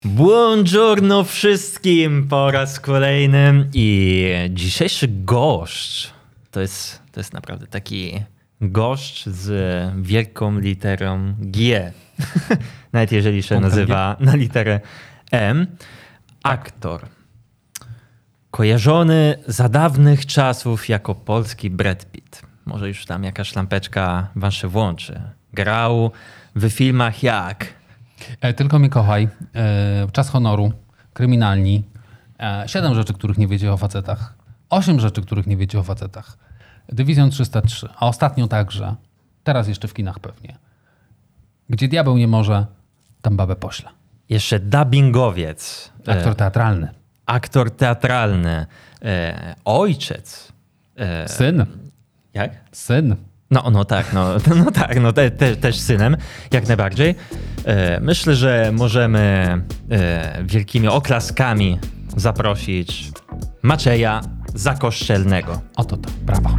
Buongiorno wszystkim po raz kolejny i dzisiejszy gość to jest naprawdę taki gość z wielką literą G. Nawet jeżeli się nazywa na literę M. Aktor. Kojarzony za dawnych czasów jako polski Brad Pitt. Może już tam jakaś lampeczka wam się włączy. Grał w filmach jak... Tylko mnie kochaj, Czas honoru, Kryminalni, 7 rzeczy, których nie wiecie o facetach, 8 rzeczy, których nie wiecie o facetach, Dywizjon 303, a ostatnio także, teraz jeszcze w kinach pewnie, Gdzie diabeł nie może, tam babę pośle. Jeszcze dubbingowiec. Aktor teatralny. Aktor teatralny. Ojciec. Syn. Jak? Syn. No tak, też synem, jak najbardziej. Myślę, że możemy wielkimi oklaskami zaprosić Macieja Zakoszczelnego. Oto to, brawa.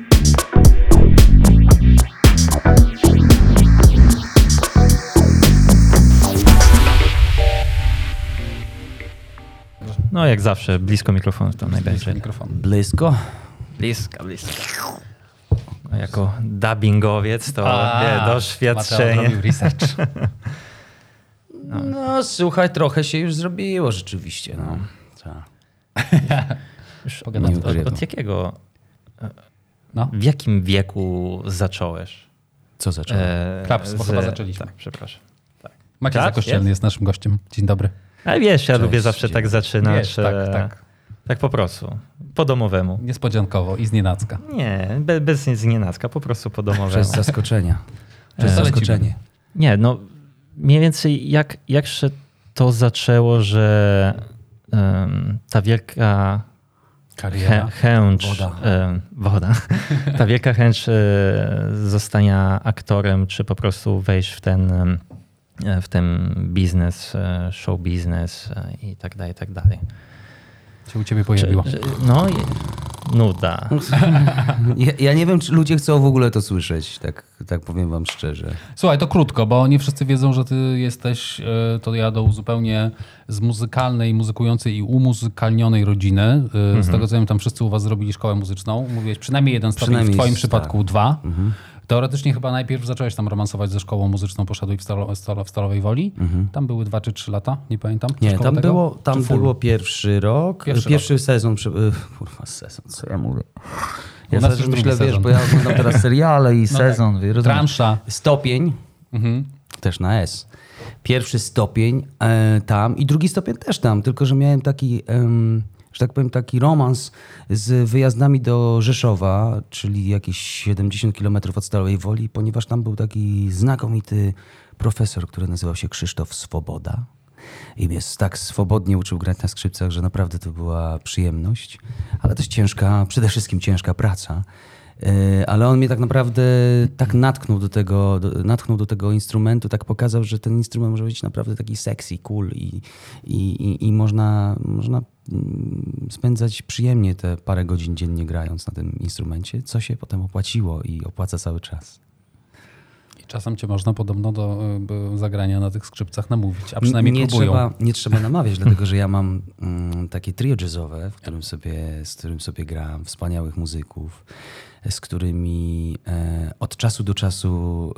No jak zawsze, blisko mikrofonu to najbardziej. Blisko? Blisko. No, jako dubbingowiec to doświadczenie. Mateo zrobił research. No słuchaj, trochę się już zrobiło rzeczywiście. No. Już Nie od jakiego, No. w jakim wieku zacząłeś? Co zacząłem? Klaps, bo chyba zaczęliśmy. Tak, przepraszam. Maciej Klaps Zakoszczelny jest naszym gościem. Dzień dobry. Ale wiesz, ja Cześć, lubię zawsze dzień tak dobry. zaczynać. Wiesz, tak. Tak po prostu. Po domowemu. Niespodziankowo i znienacka. Nie, bez znienacka, po prostu po domowemu. Przez zaskoczenia. Przez Lecimy. zaskoczenie. Nie, no mniej więcej jak się to zaczęło, że ta wielka Kariera. chęć, Woda. ta wielka chęć zostania aktorem, czy po prostu wejść w ten biznes, show biznes i tak dalej. Się u ciebie pojawiło. No i nuda. Ja nie wiem, czy ludzie chcą w ogóle to słyszeć, tak powiem wam szczerze. Słuchaj, to krótko, bo nie wszyscy wiedzą, że ty jesteś, to ja do zupełnie z muzykalnej, muzykującej i umuzykalnionej rodziny. Z tego co wiem, tam wszyscy u was zrobili szkołę muzyczną. Mówiłeś przynajmniej jeden stopień, Przynajmniej w twoim tak. przypadku 2. Teoretycznie chyba najpierw zacząłeś tam romansować ze szkołą muzyczną, poszedłeś w Stalowej Woli. Tam były 2 czy 3 lata, nie pamiętam. Nie, Coś koło tam tego? Czy full? było pierwszy rok, pierwszy sezon. Kurwa, sezon, co ja mówię? Ja nas zawsze już drugi myślę, wiesz, sezon. bo ja oglądam teraz seriale i sezon. tak. Wie, rozumiesz? Transza. Stopień, też na S. Pierwszy stopień tam i drugi stopień też tam, tylko że miałem taki, że tak powiem, taki romans z wyjazdami do Rzeszowa, czyli jakieś 70 kilometrów od Stalowej Woli, ponieważ tam był taki znakomity profesor, który nazywał się Krzysztof Swoboda. I mnie tak swobodnie uczył grać na skrzypcach, że naprawdę to była przyjemność, ale też przede wszystkim ciężka praca. Ale on mnie tak naprawdę tak natknął do tego instrumentu, tak pokazał, że ten instrument może być naprawdę taki sexy, cool i można spędzać przyjemnie te parę godzin dziennie grając na tym instrumencie, co się potem opłaciło i opłaca cały czas. I czasem cię można podobno do zagrania na tych skrzypcach namówić, a przynajmniej próbują. Nie trzeba namawiać, dlatego że ja mam takie trio jazzowe, z którym sobie gram, wspaniałych muzyków, z którymi od czasu do czasu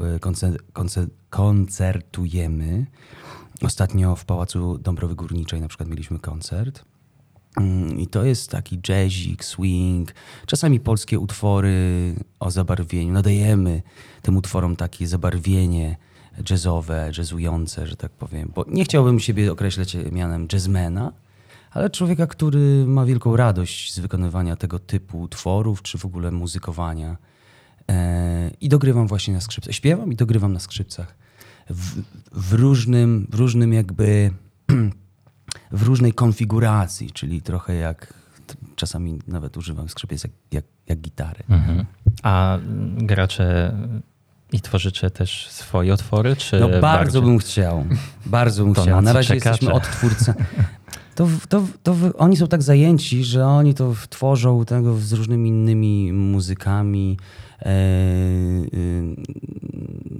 koncertujemy. Ostatnio w Pałacu Dąbrowy Górniczej na przykład mieliśmy koncert. I to jest taki jazzik, swing, czasami polskie utwory o zabarwieniu. Nadajemy tym utworom takie zabarwienie jazzowe, jazzujące, że tak powiem. Bo nie chciałbym siebie określać mianem jazzmana, ale człowieka, który ma wielką radość z wykonywania tego typu utworów, czy w ogóle muzykowania. I dogrywam właśnie na skrzypcach. Śpiewam i dogrywam na skrzypcach. W różnym jakby... w różnej konfiguracji, czyli trochę jak czasami nawet używam skrzypiec jak gitary. A gracze i tworzycie też swoje utwory? Czy No bardzo bym chciał. Bardzo bym To chciał. na Na co razie czekacie? jesteśmy odtwórcami. Oni są tak zajęci, że oni to tworzą tego z różnymi innymi muzykami.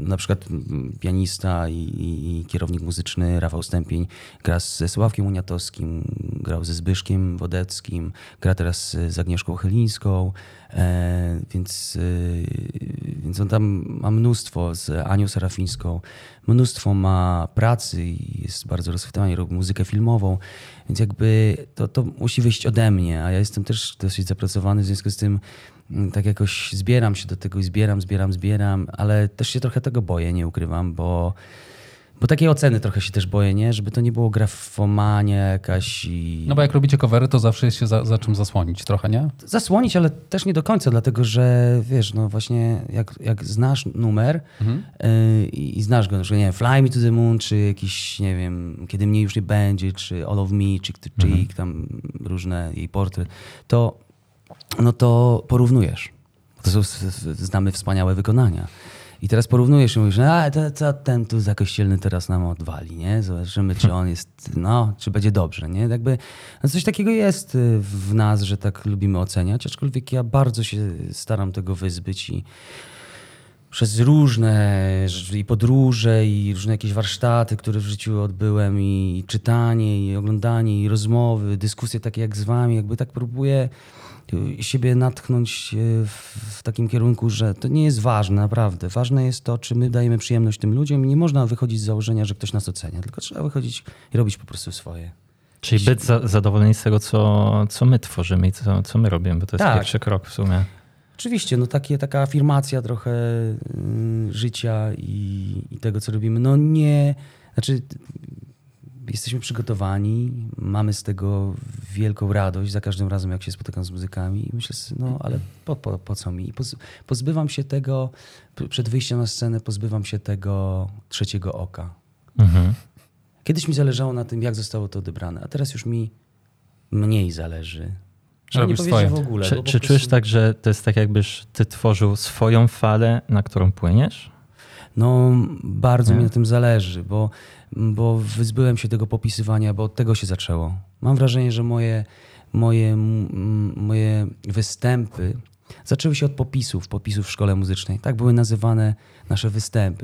na przykład pianista i kierownik muzyczny Rafał Stępień gra ze Sławkiem Uniatowskim, grał ze Zbyszkiem Wodeckim, gra teraz z Agnieszką Chylińską, więc on tam ma mnóstwo, z Anią Serafińską, mnóstwo ma pracy i jest bardzo rozchwytywany, robi muzykę filmową, więc jakby to musi wyjść ode mnie, a ja jestem też dosyć zapracowany, w związku z tym tak jakoś zbieram się do tego i zbieram, ale też się trochę tego boję, nie ukrywam, bo takiej oceny trochę się też boję, nie? Żeby to nie było grafomania jakaś i... No bo jak robicie covery, to zawsze jest się za czym zasłonić trochę, nie? Zasłonić, ale też nie do końca, dlatego że wiesz, no właśnie jak znasz numer i znasz go, na przykład, nie wiem, Fly Me to the Moon, czy jakiś, nie wiem, Kiedy mnie już nie będzie, czy All of Me, czy tam różne jej portret, to porównujesz. To są, znamy wspaniałe wykonania. I teraz porównujesz i mówisz, to ten tu zakościelny teraz nam odwali, nie? Zobaczymy, czy on jest, czy będzie dobrze, nie? Jakby coś takiego jest w nas, że tak lubimy oceniać, aczkolwiek ja bardzo się staram tego wyzbyć i przez różne i podróże i różne jakieś warsztaty, które w życiu odbyłem i czytanie, i oglądanie, i rozmowy, dyskusje takie jak z wami, jakby tak próbuję siebie natchnąć w takim kierunku, że to nie jest ważne, naprawdę. Ważne jest to, czy my dajemy przyjemność tym ludziom i nie można wychodzić z założenia, że ktoś nas ocenia, tylko trzeba wychodzić i robić po prostu swoje. Czyli być zadowoleni z tego, co my tworzymy i co my robimy, bo to jest pierwszy krok w sumie. Oczywiście, taka afirmacja trochę życia i tego, co robimy. Jesteśmy przygotowani, mamy z tego wielką radość za każdym razem, jak się spotykam z muzykami. I myślę sobie, ale po co mi? I pozbywam się tego, przed wyjściem na scenę pozbywam się tego trzeciego oka. Mhm. Kiedyś mi zależało na tym, jak zostało to odebrane, a teraz już mi mniej zależy. Żeby nie powiedzieć w ogóle. Czy czujesz tak, że to jest tak, jakbyś ty tworzył swoją falę, na którą płyniesz? Bardzo mi na tym zależy, bo wyzbyłem się tego popisywania, bo od tego się zaczęło. Mam wrażenie, że moje występy zaczęły się od popisów w szkole muzycznej. Tak były nazywane nasze występy.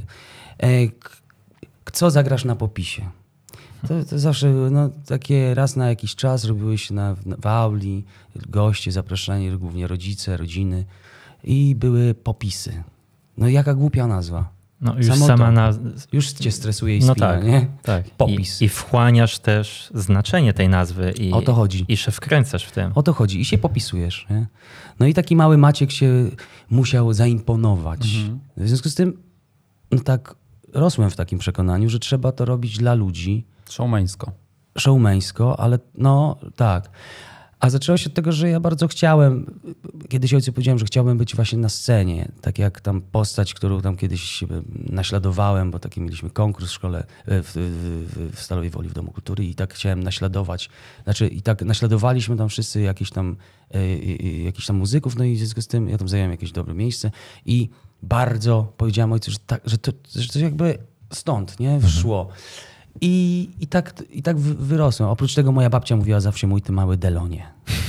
Co zagrasz na popisie? To zawsze takie raz na jakiś czas robiły się w auli, goście zapraszani, głównie rodzice, rodziny i były popisy. Jaka głupia nazwa. Już cię stresuje i spina, nie? Tak. Popis. I wchłaniasz też znaczenie tej nazwy. O to chodzi. I się wkręcasz w tym. O to chodzi. I się popisujesz. Nie? I taki mały Maciek się musiał zaimponować. Mhm. W związku z tym tak rosłem w takim przekonaniu, że trzeba to robić dla ludzi. Showmeńsko, ale tak. A zaczęło się od tego, że ja bardzo chciałem, kiedyś ojcu powiedziałem, że chciałbym być właśnie na scenie, tak jak tam postać, którą tam kiedyś naśladowałem, bo taki mieliśmy konkurs w szkole, w Stalowej Woli w Domu Kultury i tak chciałem naśladować, i tak naśladowaliśmy tam wszyscy jakichś tam muzyków, i w związku z tym ja tam zająłem jakieś dobre miejsce i bardzo powiedziałem ojcu, że to jakby stąd, nie, wszło. I tak wyrosłem. Oprócz tego moja babcia mówiła zawsze mój ty mały Delonie.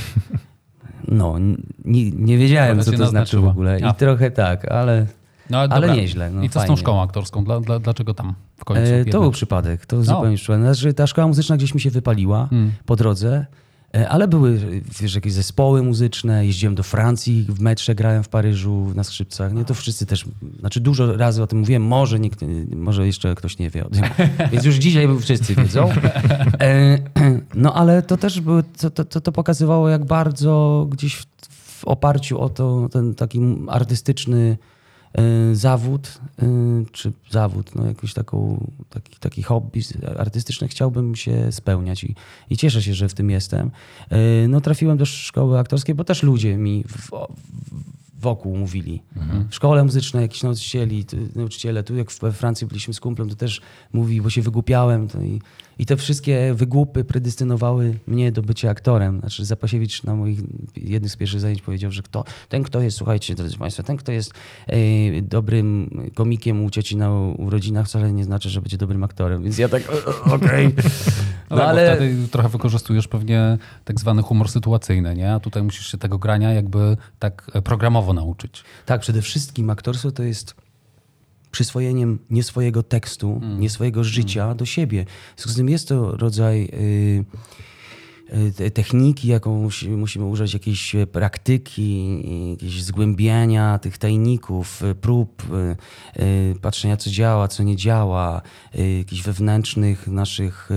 Nie wiedziałem, co to znaczy w ogóle. I trochę tak, ale nieźle. I co z tą szkołą aktorską? Dlaczego tam w końcu? To był przypadek. To zupełnie przypadek. Ta szkoła muzyczna gdzieś mi się wypaliła po drodze. Ale były jakieś zespoły muzyczne, jeździłem do Francji, w metrze grałem w Paryżu na skrzypcach. Nie, to wszyscy też, dużo razy o tym mówiłem, może jeszcze ktoś nie wie o tym, więc już dzisiaj wszyscy wiedzą. Ale to też to pokazywało, jak bardzo gdzieś w oparciu o ten taki artystyczny zawód, jakiś taki hobby artystyczny chciałbym się spełniać i cieszę się, że w tym jestem. Trafiłem do szkoły aktorskiej, bo też ludzie mi wokół mówili. W szkole muzycznej jakiś nauczyciele, tu jak we Francji byliśmy z kumplem, to też mówi, bo się wygłupiałem. I te wszystkie wygłupy predestynowały mnie do bycia aktorem. Zapasiewicz na moich jednych z pierwszych zajęć powiedział, że kto jest, słuchajcie, drodzy Państwo, ten, kto jest dobrym komikiem u cioci na urodzinach, wcale nie znaczy, że będzie dobrym aktorem. Więc ja tak, okej. Ale wtedy trochę wykorzystujesz pewnie tak zwany humor sytuacyjny, nie? A tutaj musisz się tego grania jakby tak programowo nauczyć. Tak, przede wszystkim aktorstwo to jest przyswojeniem nie swojego tekstu, nie swojego życia do siebie. W związku z tym jest to rodzaj techniki, jaką musimy użyć, jakiejś praktyki, jakieś zgłębiania tych tajników, prób, patrzenia, co działa, co nie działa, jakichś wewnętrznych naszych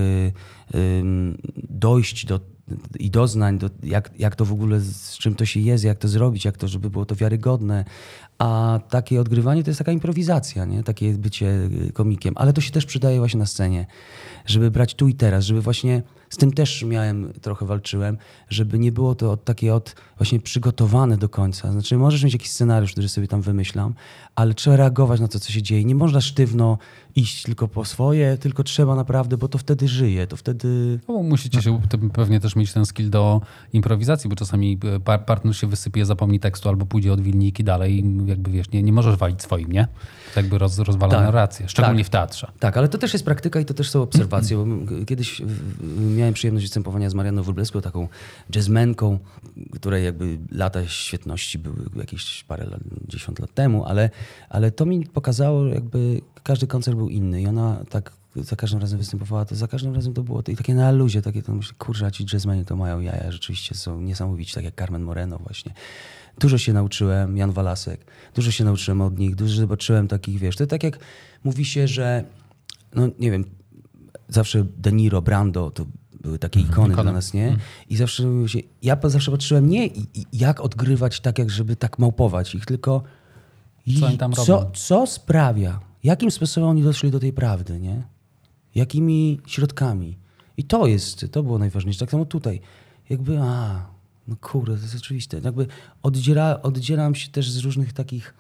dojść i doznań, jak to w ogóle, z czym to się jest, jak to zrobić, jak to, żeby było to wiarygodne. A takie odgrywanie to jest taka improwizacja, nie? Takie bycie komikiem. Ale to się też przydaje właśnie na scenie, żeby brać tu i teraz, żeby właśnie z tym też trochę walczyłem, żeby nie było to takie właśnie przygotowane do końca. Znaczy możesz mieć jakiś scenariusz, który sobie tam wymyślam, ale trzeba reagować na to, co się dzieje. Nie można sztywno iść tylko po swoje, tylko trzeba naprawdę, bo to wtedy żyje, to wtedy... No, musicie się pewnie też mieć ten skill do improwizacji, bo czasami partner się wysypie, zapomni tekstu albo pójdzie od wilniki dalej i jakby wiesz, nie możesz walić swoim, nie? To jakby rozwala narrację, szczególnie w teatrze. Tak, ale to też jest praktyka i to też są obserwacje, bo kiedyś miałem przyjemność występowania z Marianną Wróblewską, taką jazzmenką, której jakby lata świetności były jakieś dziesiąt lat temu, ale to mi pokazało, jakby każdy koncert był inny i ona tak za każdym razem występowała, to za każdym razem to było i takie na luzie, takie to myślę, kurczę, a ci jazzmeni to mają jaja, rzeczywiście są niesamowici, tak jak Carmen Moreno właśnie. Dużo się nauczyłem, Jan Walasek, dużo się nauczyłem od nich, dużo zobaczyłem takich, wiesz, to tak jak mówi się, że, no nie wiem, zawsze De Niro, Brando, to były takie ikony dla nas, nie? I zawsze ja zawsze patrzyłem nie jak odgrywać tak, jak żeby tak małpować ich, tylko co oni tam robią? Co sprawia, jakim sposobem oni doszli do tej prawdy, nie? Jakimi środkami. I to było najważniejsze. Tak samo tutaj. Jakby, no kurde, to jest oczywiste. Jakby oddzielam się też z różnych takich,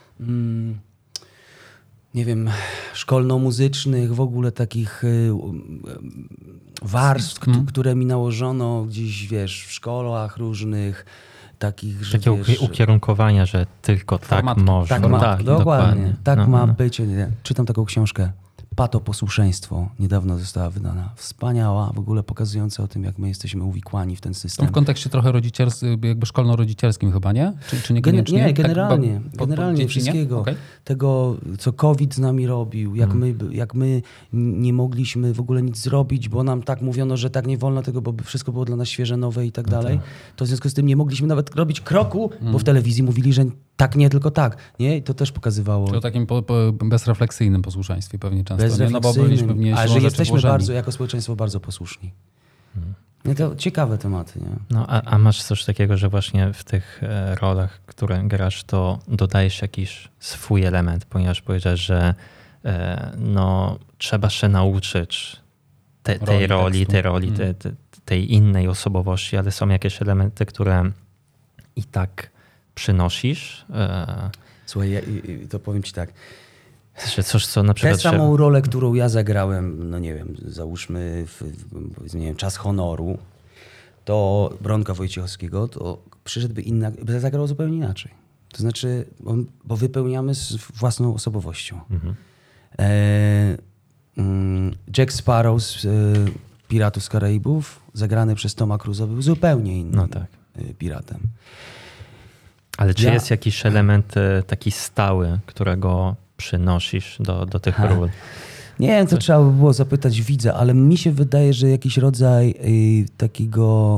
nie wiem, szkolno-muzycznych, w ogóle takich warstw, które mi nałożono gdzieś, wiesz, w szkołach różnych, takich, że takie wiesz, ukierunkowania, że tylko formatki. tak można. Tak, dokładnie. Tak No, ma no. być. Czytam taką książkę Pato Posłuszeństwo. Niedawno została wydana. Wspaniała, w ogóle pokazująca o tym, jak my jesteśmy uwikłani w ten system. W kontekście trochę jakby szkolno-rodzicielskim chyba, nie? Czy niekoniecznie? Nie, generalnie. Tak, Generalnie dzieci, wszystkiego. Okay. Tego, co COVID z nami robił, jak my nie mogliśmy w ogóle nic zrobić, bo nam tak mówiono, że tak nie wolno tego, bo wszystko było dla nas świeże, nowe i tak dalej. To w związku z tym nie mogliśmy nawet robić kroku, bo w telewizji mówili, że tak nie, tylko tak. Nie? I to też pokazywało. Czyli o takim bezrefleksyjnym posłuszeństwie pewnie często. Bezrefleksyjnym, nie? a że jesteśmy bardzo, jako społeczeństwo bardzo posłuszni. No to ciekawe tematy. Nie? No, a masz coś takiego, że właśnie w tych rolach, które grasz, to dodajesz jakiś swój element, ponieważ powiedziałeś, że no, trzeba się nauczyć tej innej osobowości, ale są jakieś elementy, które i tak przynosisz. Słuchaj, to powiem ci tak. Coś, co na przykład... Tę samą rolę, którą ja zagrałem, no nie wiem, załóżmy Czas honoru, to Bronka Wojciechowskiego, to przyszedłby zagrał zupełnie inaczej. To znaczy, bo wypełniamy z własną osobowością. Jack Sparrow z Piratów z Karaibów, zagrany przez Toma Cruise'a, był zupełnie innym piratem. Ale czy jest jakiś element taki stały, którego przynosisz do tych ról? Nie wiem, to trzeba by było zapytać widza, ale mi się wydaje, że jakiś rodzaj takiego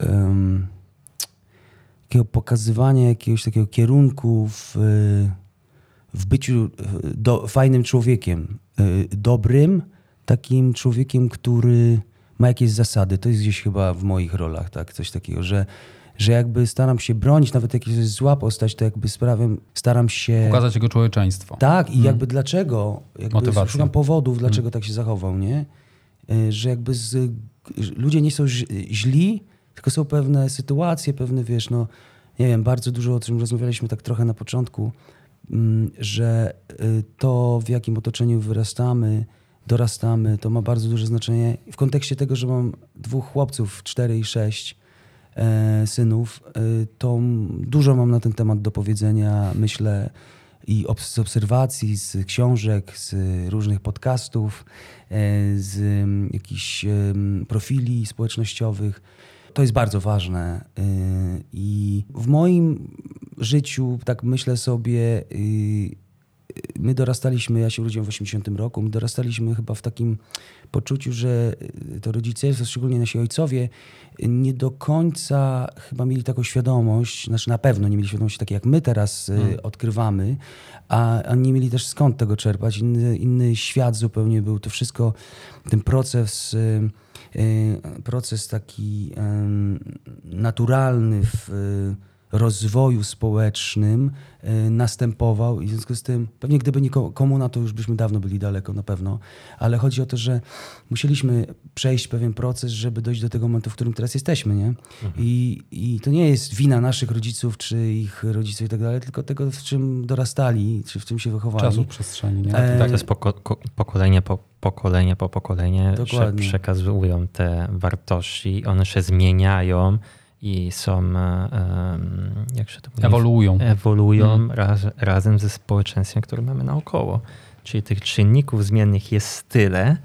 pokazywania jakiegoś takiego kierunku w byciu fajnym człowiekiem, dobrym, takim człowiekiem, który ma jakieś zasady. To jest gdzieś chyba w moich rolach, tak, coś takiego, że jakby staram się bronić, nawet jak jest zła postać, to jakby staram się... Pokazać jego człowieczeństwo. Tak, i jakby dlaczego, Motywacja. Szukam powodów, dlaczego tak się zachował, nie? Że jakby ludzie nie są źli, tylko są pewne sytuacje, pewne, wiesz, no nie wiem, bardzo dużo o czym rozmawialiśmy tak trochę na początku, że to, w jakim otoczeniu dorastamy, to ma bardzo duże znaczenie w kontekście tego, że mam 2 chłopców, 4 i 6 synów, to dużo mam na ten temat do powiedzenia, myślę, i z obserwacji, z książek, z różnych podcastów, z jakichś profili społecznościowych. To jest bardzo ważne. I w moim życiu, tak myślę sobie, my dorastaliśmy, ja się urodziłem w 80 roku, my dorastaliśmy chyba w takim poczuciu, że to rodzice, szczególnie nasi ojcowie, nie do końca chyba mieli taką świadomość, znaczy na pewno nie mieli świadomości takiej jak my teraz odkrywamy, a nie mieli też skąd tego czerpać. Inny świat zupełnie był. To wszystko, ten proces taki naturalny w rozwoju społecznym następował i w związku z tym, pewnie gdyby nie komuna, to już byśmy dawno byli daleko na pewno, ale chodzi o to, że musieliśmy przejść pewien proces, żeby dojść do tego momentu, w którym teraz jesteśmy, nie? I to nie jest wina naszych rodziców, czy ich rodziców i tak dalej, tylko tego, w czym dorastali, czy w czym się wychowali. Czasu, przestrzeni. Nie? Tak, to jest pokolenie po pokolenie, że Dokładnie. przekazują te wartości, one się zmieniają i są, jak się to mówi? Ewoluują razem ze społeczeństwem, które mamy naokoło. Czyli tych czynników zmiennych jest tyle,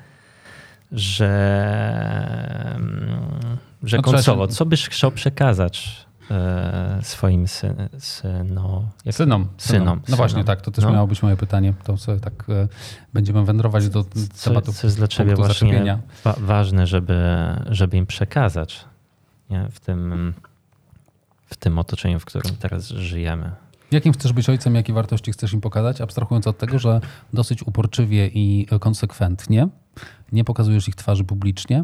że końcowo, co byś chciał przekazać swoim synom? No właśnie, tak, to też miało być moje pytanie. To sobie tak będziemy wędrować do tematu. Co jest dla ciebie właśnie ważne, żeby im przekazać, nie? W tym otoczeniu, w którym teraz żyjemy. Jakim chcesz być ojcem, jakie wartości chcesz im pokazać, abstrahując od tego, że dosyć uporczywie i konsekwentnie nie pokazujesz ich twarzy publicznie.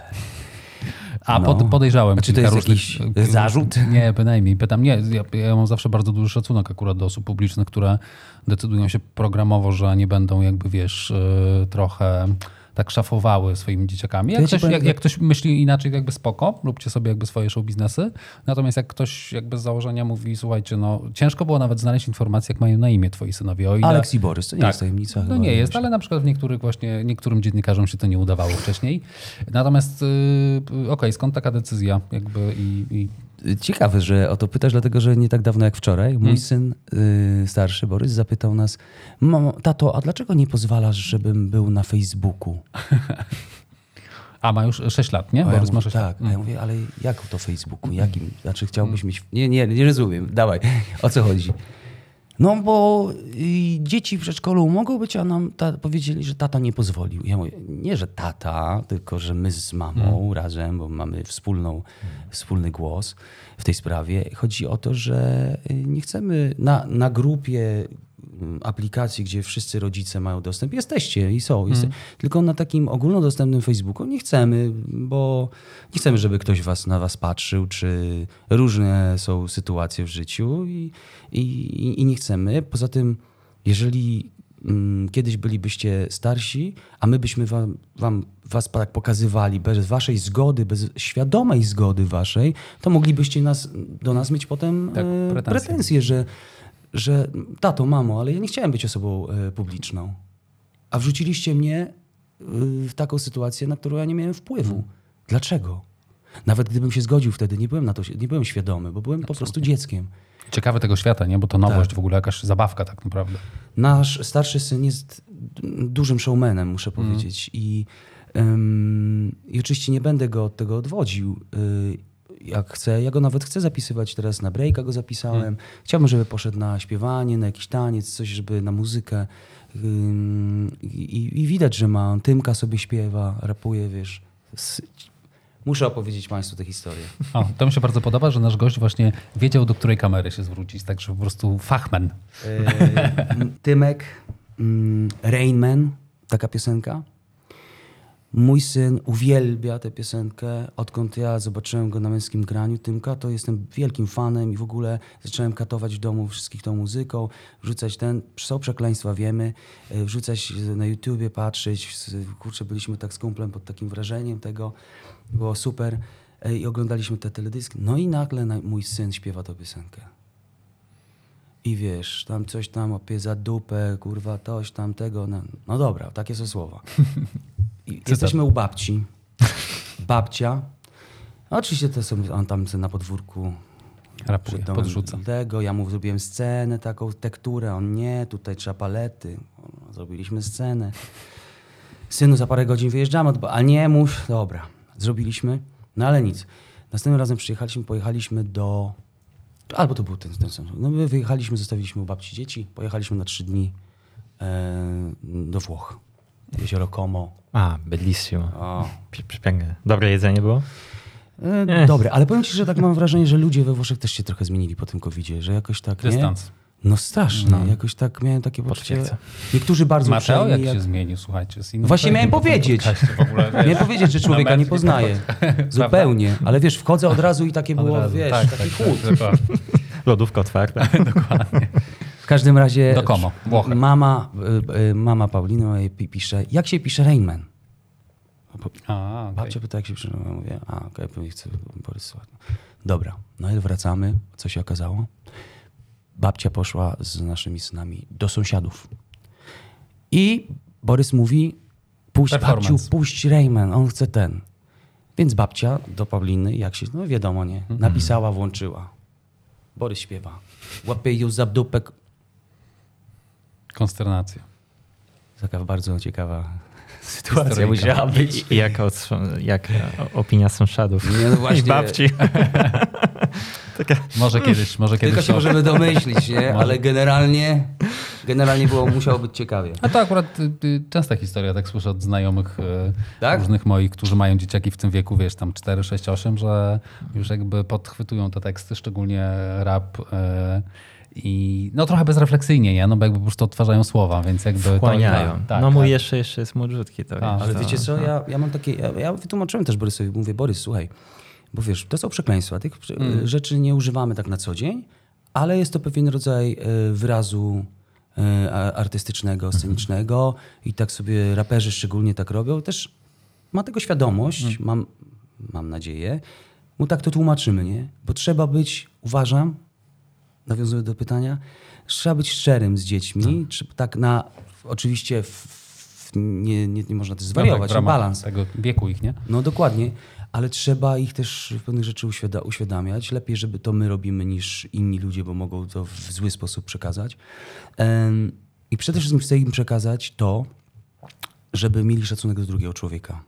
A podejrzałem. A czy to jest jakiś zarzut? Nie, bynajmniej. Pytam, nie, ja mam zawsze bardzo duży szacunek akurat do osób publicznych, które decydują się programowo, że nie będą jakby, wiesz, trochę tak szafowały swoimi dzieciakami. Jak ktoś myśli inaczej, jakby spoko, róbcie sobie jakby swoje show biznesy. Natomiast jak ktoś jakby z założenia mówi, słuchajcie, no ciężko było nawet znaleźć informację, jak mają na imię twoi synowie. Aleks i Borys, to nie jest tajemnica. No nie jest, ale na przykład niektórym dziennikarzom się to nie udawało wcześniej. Natomiast skąd taka decyzja jakby Ciekawe, że o to pytasz, dlatego że nie tak dawno jak wczoraj mój syn starszy, Borys, zapytał nas: mamo, tato, a dlaczego nie pozwalasz, żebym był na Facebooku? A ma już 6 lat, nie? Borys ma 6 lat. Tak, a ja mówię, ale jak to Facebooku? Jakim? Znaczy chciałbyś mieć... Nie rozumiem. Dawaj, o co chodzi? No bo dzieci w przedszkolu mogą być, a nam powiedzieli, że tata nie pozwolił. Ja mówię, nie, że tata, tylko że my z mamą razem, bo mamy wspólny głos w tej sprawie. Chodzi o to, że nie chcemy na grupie aplikacji, gdzie wszyscy rodzice mają dostęp. Jesteście i są. Tylko na takim ogólnodostępnym Facebooku nie chcemy, bo nie chcemy, żeby ktoś na was patrzył, czy różne są sytuacje w życiu i nie chcemy. Poza tym, jeżeli kiedyś bylibyście starsi, a my byśmy was tak pokazywali bez waszej zgody, bez świadomej zgody waszej, to moglibyście do nas mieć potem pretensje, że tato, mamo, ale ja nie chciałem być osobą publiczną. A wrzuciliście mnie w taką sytuację, na którą ja nie miałem wpływu. Dlaczego? Nawet gdybym się zgodził wtedy, nie byłem świadomy, bo byłem po prostu dzieckiem. Ciekawe tego świata, nie? Bo to nowość, w ogóle jakaś zabawka tak naprawdę. Nasz starszy syn jest dużym showmanem, muszę powiedzieć. I oczywiście nie będę go od tego odwodził. Jak chcę. Ja go nawet chcę zapisywać teraz, na breaka go zapisałem. Chciałbym, żeby poszedł na śpiewanie, na jakiś taniec, coś, żeby na muzykę. I widać, że ma. Tymka sobie śpiewa, rapuje, wiesz. Muszę opowiedzieć Państwu tę historię. To mi się bardzo podoba, że nasz gość właśnie wiedział, do której kamery się zwrócić, także po prostu fachman. Tymek, Rain Man, taka piosenka. Mój syn uwielbia tę piosenkę. Odkąd ja zobaczyłem go na Męskim Graniu, Tymka, to jestem wielkim fanem i w ogóle zacząłem katować w domu wszystkich tą muzyką, wrzucać są przekleństwa, wiemy, wrzucać na YouTubie, patrzeć. Kurczę, byliśmy tak z kumplem pod takim wrażeniem tego. Było super. I oglądaliśmy te teledyski. No i nagle mój syn śpiewa tę piosenkę. I wiesz, tam coś tam opie za dupę, kurwa, toś tam tego. No dobra, takie są słowa. Jesteśmy u babci. Babcia. Oczywiście to są, on tam na podwórku rapuje, podrzuca. Ja mu zrobiłem scenę, taką tekturę, on nie, tutaj trzeba palety. Zrobiliśmy scenę. Synu, za parę godzin wyjeżdżamy, ale nie mów. Dobra, zrobiliśmy. No ale nic. Następnym razem pojechaliśmy albo to był ten sam. No my wyjechaliśmy, zostawiliśmy u babci dzieci, pojechaliśmy na 3 dni do Włoch. Jezioro Como. Bellissimo. O. Piękne. Dobre jedzenie było? Dobre, ale powiem ci, że tak mam wrażenie, że ludzie we Włoszech też się trochę zmienili po tym COVID-zie, że jakoś tak, Dystans. No strasznie, jakoś tak miałem takie poczucie. Potwierdzam. Niektórzy bardzo Mateo uprzejmi, jak się zmienił, słuchajcie. Właśnie miałem powiedzieć. Miałem powiedzieć, że człowieka nie poznaje. Zupełnie. Ale wiesz, wchodzę od razu i takie było, wiesz, taki chłód. Lodówka otwarta. Dokładnie. W każdym razie Do Como, Włochy. mama Pauliny mojej pisze, jak się pisze Rainman? Okay. Babcia pyta, jak się pisze. Ja mówię, okej, pewnie chcę porysować. Dobra, no i wracamy. Co się okazało? Babcia poszła z naszymi synami do sąsiadów. I Borys mówi, babciu, puść Rayman, on chce ten. Więc babcia do Pauliny, jak się, no wiadomo, nie, napisała, włączyła. Borys śpiewa. Łapie ją za dupek. Konsternacja. Taka bardzo ciekawa sytuacja musiała być. I jaka opinia sąsiadów Nie, no właśnie. i babci. Może kiedyś. Tylko się możemy domyślić, nie? Ale generalnie musiało być ciekawie. A to akurat częsta historia, tak słyszę od znajomych Tak? różnych moich, którzy mają dzieciaki w tym wieku, wiesz, tam 4, 6, 8, że już jakby podchwytują te teksty, szczególnie rap i no trochę bezrefleksyjnie, nie? No bo jakby po prostu odtwarzają słowa, więc jakby wchłaniają. To, tak, no mój jeszcze jest młodziutki. Ale wiecie co, ja mam takie, ja wytłumaczyłem też Borysowi, mówię, Borys, słuchaj, bo wiesz, to są przekleństwa, tych rzeczy nie używamy tak na co dzień, ale jest to pewien rodzaj wyrazu artystycznego, scenicznego i tak sobie raperzy szczególnie tak robią. Też ma tego świadomość, mam nadzieję. Mu tak to tłumaczymy, nie? Bo trzeba być, uważam, nawiązuję do pytania, trzeba być szczerym z dziećmi, tak na, oczywiście nie można też zwariować, tak, balans. Tego wieku ich, nie? No dokładnie, ale trzeba ich też w pewnych rzeczy uświadamiać. Lepiej, żeby to my robimy niż inni ludzie, bo mogą to w zły sposób przekazać. I przede wszystkim chcę im przekazać to, żeby mieli szacunek do drugiego człowieka.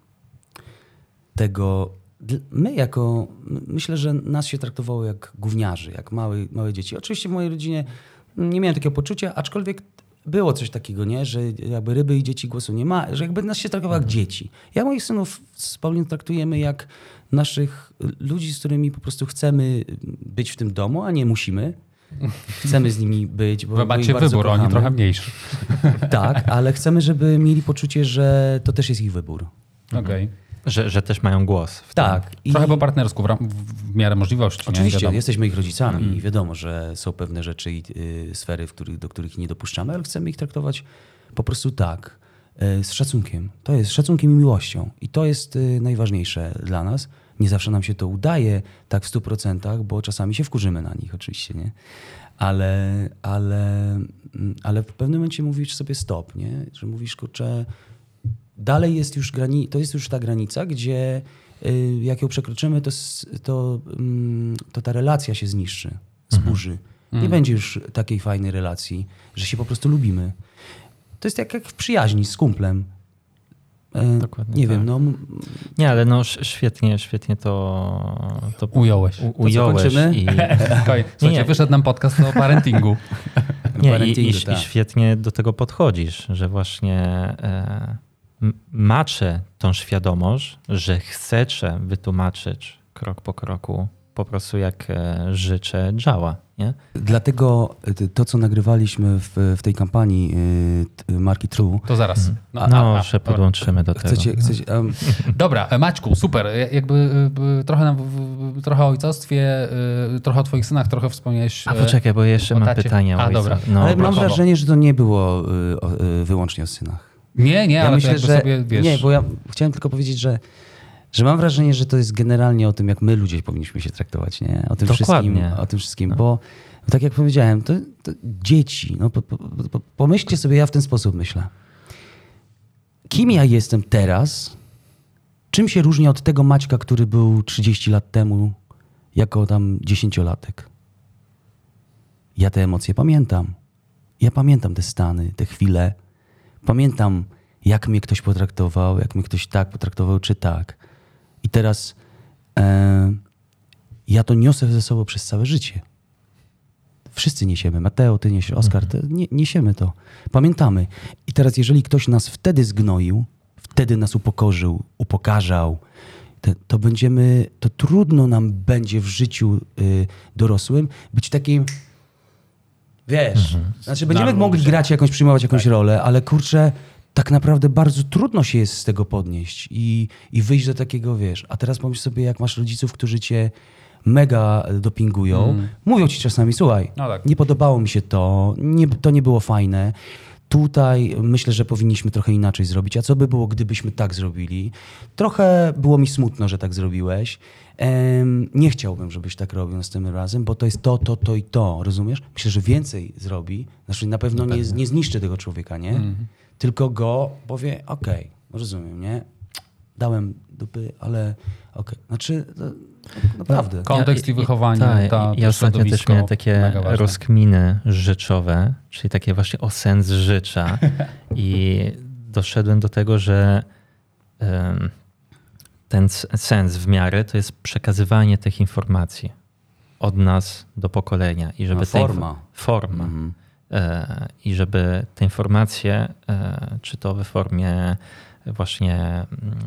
Myślę, że nas się traktowało jak gówniarzy, jak małe dzieci. Oczywiście w mojej rodzinie nie miałem takiego poczucia, aczkolwiek było coś takiego, nie? Że jakby ryby i dzieci głosu nie ma, że jakby nas się traktowało jak dzieci. Ja moich synów z Pauliną traktujemy jak naszych ludzi, z którymi po prostu chcemy być w tym domu, a nie musimy. Chcemy z nimi być, bo macie bardzo wybór, kochamy. oni trochę mniejszy. Tak, ale chcemy, żeby mieli poczucie, że to też jest ich wybór. Okej. Że też mają głos. W tym. Tak. Trochę po partnersku, w miarę możliwości. Oczywiście, nie? jesteśmy ich rodzicami i wiadomo, że są pewne rzeczy i sfery, do których nie dopuszczamy, ale chcemy ich traktować po prostu tak, z szacunkiem. To jest szacunkiem i miłością. I to jest najważniejsze dla nas. Nie zawsze nam się to udaje tak w 100%, bo czasami się wkurzymy na nich oczywiście, nie? Ale w pewnym momencie mówisz sobie stop, nie? Że mówisz, kurczę, dalej jest już to jest już ta granica, gdzie jak ją przekroczymy, to ta relacja się zniszczy, zburzy. Nie będzie już takiej fajnej relacji, że się po prostu lubimy. To jest jak w przyjaźni z kumplem. Dokładnie nie tak. wiem, no... Nie, ale no świetnie to Ująłeś. Ująłeś. kończymy? Słuchajcie, wyszedł nam podcast o parentingu. I świetnie do tego podchodzisz, że właśnie maczę tą świadomość, że chcę wytłumaczyć krok po kroku po prostu jak życzę działa. Nie? Dlatego to, co nagrywaliśmy w tej kampanii marki True... To zaraz. Że podłączymy do tego. Dobra, Maćku, super. Jakby trochę o ojcostwie, trochę o twoich synach, trochę wspomniałeś... Poczekaj, bo jeszcze mam pytanie. Dobra. Ale mam wrażenie, że to nie było wyłącznie o synach. Nie, ale myślę, że sobie, wiesz... Nie, bo ja chciałem tylko powiedzieć, że mam wrażenie, że to jest generalnie o tym, jak my ludzie powinniśmy się traktować, nie? O tym wszystkim, bo tak jak powiedziałem, to dzieci, no, pomyślcie sobie, ja w ten sposób myślę. Kim ja jestem teraz? Czym się różni od tego Maćka, który był 30 lat temu jako tam 10-latek? Ja te emocje pamiętam. Ja pamiętam te stany, te chwile. Pamiętam, jak mnie ktoś potraktował, jak mnie ktoś tak potraktował, czy tak. I teraz ja to niosę ze sobą przez całe życie. wszyscy niesiemy. Mateo, ty niesiesz, Oskar, niesiemy to. Pamiętamy. I teraz jeżeli ktoś nas wtedy zgnoił, wtedy nas upokarzał, to trudno nam będzie w życiu dorosłym być takim, wiesz, znaczy będziemy mogli grać jakąś, przyjmować jakąś rolę, ale kurczę, tak naprawdę bardzo trudno się jest z tego podnieść i wyjść do takiego, wiesz, a teraz pomyśl sobie, jak masz rodziców, którzy cię mega dopingują, mówią ci czasami, słuchaj, nie podobało mi się to nie było fajne, tutaj myślę, że powinniśmy trochę inaczej zrobić. A co by było, gdybyśmy tak zrobili? Trochę było mi smutno, że tak zrobiłeś. Nie chciałbym, żebyś tak robił następnym razem, bo to jest to i to, rozumiesz? Myślę, że więcej zrobi. Znaczy na pewno nie zniszczy tego człowieka, nie? Tylko go powie, okej, rozumiem, nie? Dałem dupy, ale okej. Znaczy, naprawdę. Kontekst i wychowanie. Ja ostatnio też miałem takie rozkminy życiowe, czyli takie właśnie o sens życia i doszedłem do tego, że ten sens w miarę to jest przekazywanie tych informacji od nas do pokolenia. I żeby forma. I żeby te informacje, czy to w formie właśnie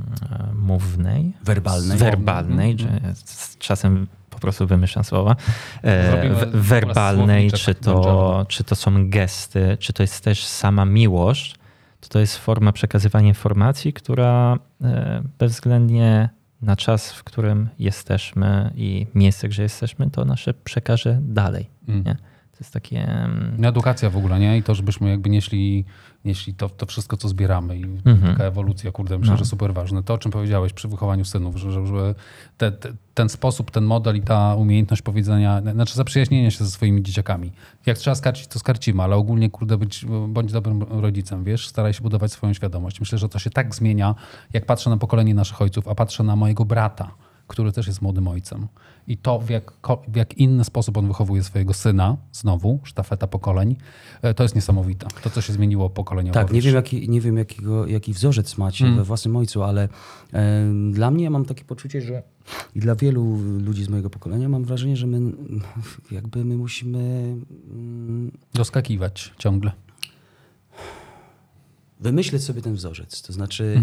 werbalnej, że czasem po prostu wymyślam słowa, werbalnej, czy to są gesty, czy to jest też sama miłość, to jest forma przekazywania informacji, która bezwzględnie na czas, w którym jesteśmy i miejsce, gdzie jesteśmy, to nasze przekaże dalej. Nie? To jest takie... Edukacja w ogóle, nie? I to, żebyśmy jakby nieśli to wszystko, co zbieramy. I taka ewolucja, kurde, myślę, że super ważne. To, o czym powiedziałeś przy wychowaniu synów, że ten sposób, ten model i ta umiejętność powiedzenia, znaczy zaprzyjaźnienia się ze swoimi dzieciakami. Jak trzeba skarcić, to skarcimy, ale ogólnie, kurde, bądź dobrym rodzicem, wiesz? Staraj się budować swoją świadomość. Myślę, że to się tak zmienia, jak patrzę na pokolenie naszych ojców, a patrzę na mojego brata, który też jest młodym ojcem. I to, w jak inny sposób on wychowuje swojego syna, znowu, sztafeta pokoleń, to jest niesamowite. To, co się zmieniło pokoleniowo. Tak, nie wiem jaki wzorzec macie we własnym ojcu, ale dla mnie ja mam takie poczucie, że i dla wielu ludzi z mojego pokolenia mam wrażenie, że my musimy... doskakiwać ciągle. Wymyśleć sobie ten wzorzec, to znaczy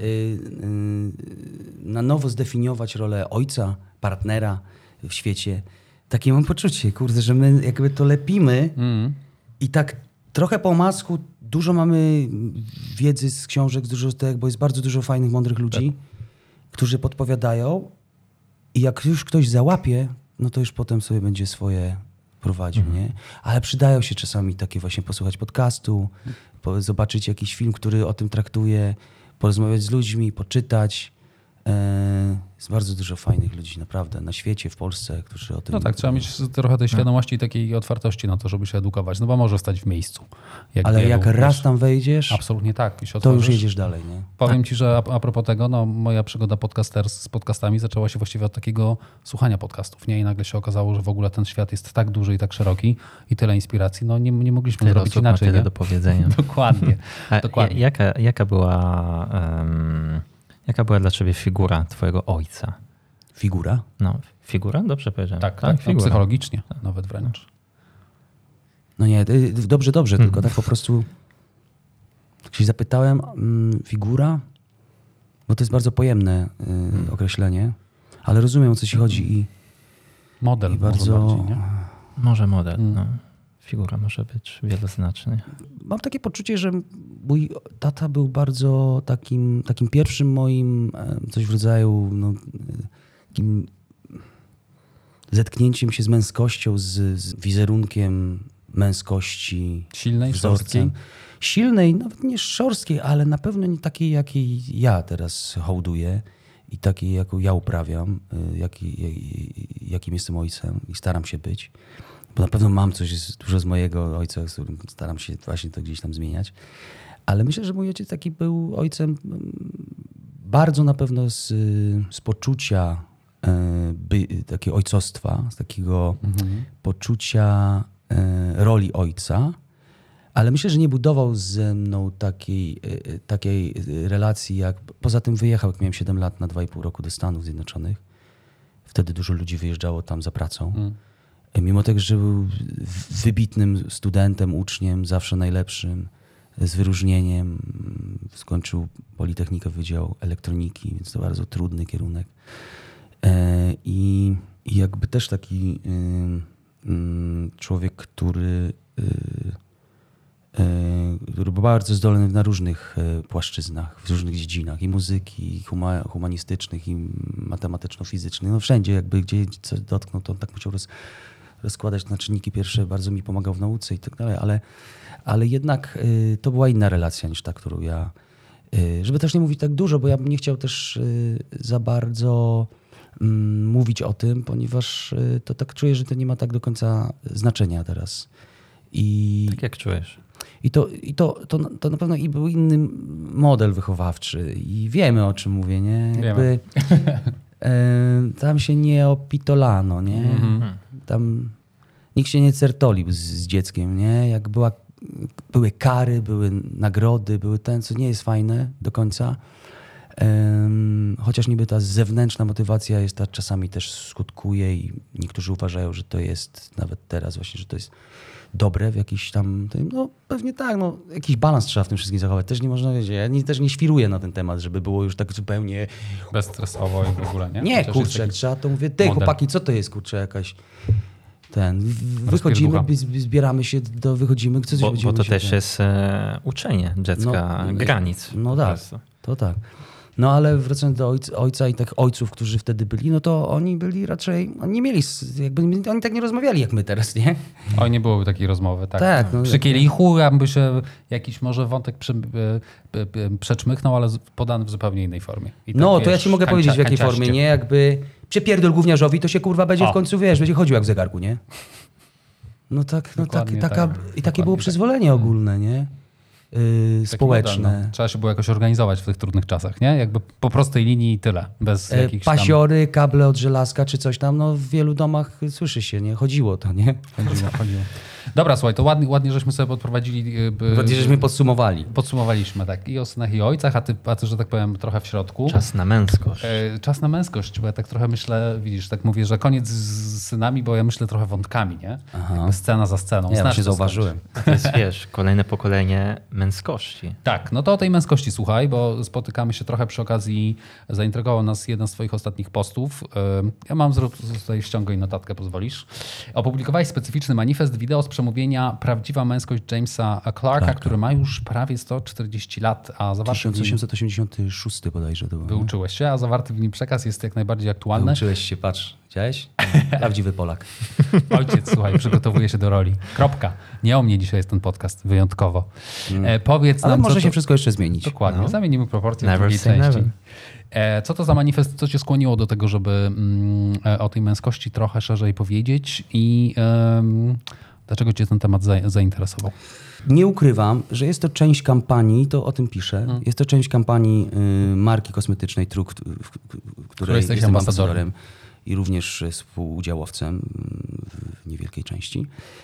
na nowo zdefiniować rolę ojca, partnera w świecie. Takie mam poczucie, kurde, że my jakby to lepimy i tak trochę po omacku dużo mamy wiedzy z książek, bo jest bardzo dużo fajnych, mądrych ludzi, którzy podpowiadają i jak już ktoś załapie, no to już potem sobie będzie swoje prowadził, nie? Ale przydają się czasami takie właśnie posłuchać podcastu, zobaczyć jakiś film, który o tym traktuje, porozmawiać z ludźmi, poczytać. Jest bardzo dużo fajnych ludzi naprawdę na świecie, w Polsce, którzy o tym... No tak, trzeba mieć trochę tej świadomości i takiej otwartości na to, żeby się edukować, no bo może stać w miejscu. Ale jak raz tam wejdziesz, absolutnie tak, to już jedziesz dalej. Nie? Powiem ci, że a propos tego, no moja przygoda z podcastami zaczęła się właściwie od takiego słuchania podcastów, nie? I nagle się okazało, że w ogóle ten świat jest tak duży i tak szeroki i tyle inspiracji, no nie mogliśmy zrobić inaczej. Tyle do powiedzenia. Dokładnie. Jaka była dla ciebie figura twojego ojca? Figura? No, figura? Dobrze powiedziałem. Tak, figura. Psychologicznie nawet wręcz. No nie, dobrze, tylko tak po prostu jak się zapytałem, figura, bo to jest bardzo pojemne określenie, ale rozumiem, o co ci chodzi i model bardzo... może bardziej, nie? Może model, no. Figura może być wieloznaczny. Mam takie poczucie, że mój tata był bardzo takim pierwszym moim, coś w rodzaju takim zetknięciem się z męskością, z wizerunkiem męskości. Silnej, szorstkiej? Silnej, nawet nie szorstkiej, ale na pewno nie takiej, jakiej ja teraz hołduję i takiej, jaką ja uprawiam, jakim jestem ojcem i staram się być. Bo na pewno mam coś dużo z mojego ojca, z którym staram się właśnie to gdzieś tam zmieniać. Ale myślę, że mój ojciec taki był ojcem bardzo na pewno z poczucia takiego ojcostwa, z takiego poczucia roli ojca. Ale myślę, że nie budował ze mną takiej relacji, jak poza tym wyjechał, jak miałem 7 lat na 2,5 roku do Stanów Zjednoczonych. Wtedy dużo ludzi wyjeżdżało tam za pracą. Mimo tego, że był wybitnym studentem, uczniem, zawsze najlepszym, z wyróżnieniem. Skończył Politechnikę, Wydział Elektroniki, więc to bardzo trudny kierunek. I jakby też taki człowiek, który był bardzo zdolny na różnych płaszczyznach, w różnych dziedzinach, i muzyki, i humanistycznych, i matematyczno-fizycznych. No wszędzie jakby, gdzie co dotknął, to on tak musiał rozkładać na czynniki pierwsze, bardzo mi pomagał w nauce i tak dalej, ale jednak to była inna relacja niż ta, którą ja... Żeby też nie mówić tak dużo, bo ja bym nie chciał też za bardzo mówić o tym, ponieważ to tak czuję, że to nie ma tak do końca znaczenia teraz. Tak jak czujesz? I to na pewno i był inny model wychowawczy i wiemy, o czym mówię, nie? Jakby, tam się nie opitolano, nie? Tam nikt się nie certolił z dzieckiem, nie? Jak były kary, były nagrody, były co nie jest fajne do końca. Chociaż niby ta zewnętrzna motywacja jest, ta czasami też skutkuje i niektórzy uważają, że to jest nawet teraz właśnie, że to jest dobre w jakiś tam, no pewnie tak, no jakiś balans trzeba w tym wszystkim zachować. Też nie można wiedzieć, ja też nie świruję na ten temat, żeby było już tak zupełnie... Bezstresowo i w ogóle, nie? Nie, kurczę, jak trzeba to mówię, chłopaki, co to jest, kurczę, jakaś... Wychodzimy, zbieramy się, wychodzimy, co bo to też jest uczenie dziecka granic. No tak, to tak. No ale wracając do ojca i tych ojców, którzy wtedy byli, no to oni byli raczej, oni nie mieli, jakby oni tak nie rozmawiali jak my teraz, nie? Oj, nie byłoby takiej rozmowy, tak. Tak. No, przy kielichu by się jakiś może wątek przeczmychnął, ale podany w zupełnie innej formie. I tak, no wiesz, to ja ci mogę powiedzieć w jakiej formie, nie? Jakby przepierdol gówniarzowi, to się kurwa będzie w końcu, wiesz, będzie chodził jak w zegarku, nie? No tak, no i takie było przyzwolenie ogólne, nie? Społeczne. Model, no. Trzeba się było jakoś organizować w tych trudnych czasach, nie? Jakby po prostej linii i tyle. Bez jakichś pasiory, kable od żelazka czy coś tam, no w wielu domach słyszy się, nie? Chodziło to, nie? Chodziło. Dobra, słuchaj, to ładnie żeśmy sobie podprowadzili. Ładnie żeśmy podsumowali. Podsumowaliśmy, tak. I o synach, i o ojcach, a ty, że tak powiem, trochę w środku. Czas na męskość. Czas na męskość, bo ja tak trochę myślę, widzisz, tak mówię, że koniec z synami, bo ja myślę trochę wątkami, nie? Jakby scena za sceną. Ja właśnie zauważyłem. To jest, wiesz, kolejne pokolenie męskości. Tak, no to o tej męskości słuchaj, bo spotykamy się trochę przy okazji, zaintrygował nas jeden z twoich ostatnich postów. Ja mam tutaj ściągę i notatkę, pozwolisz. Opublikowałeś specyficzny manifest wideo z przemówienia Prawdziwa męskość Jamesa Clarka, który ma już prawie 140 lat, a zawarty 1886 bodajże to było. Wyuczyłeś się, a zawarty w nim przekaz jest jak najbardziej aktualny. Wyuczyłeś się, patrz, widziałeś? Prawdziwy Polak. Ojciec, słuchaj, przygotowuje się do roli. Kropka. Nie o mnie dzisiaj jest ten podcast, wyjątkowo. Powiedz ale nam, może się wszystko jeszcze zmienić. Dokładnie, zamienimy proporcje w drugiej części. Co to za manifest, co cię skłoniło do tego, żeby o tej męskości trochę szerzej powiedzieć i dlaczego cię ten temat zainteresował? Nie ukrywam, że jest to część kampanii, to o tym piszę, jest to część kampanii marki kosmetycznej True, w której jestem ambasadorem i również współudziałowcem w niewielkiej części.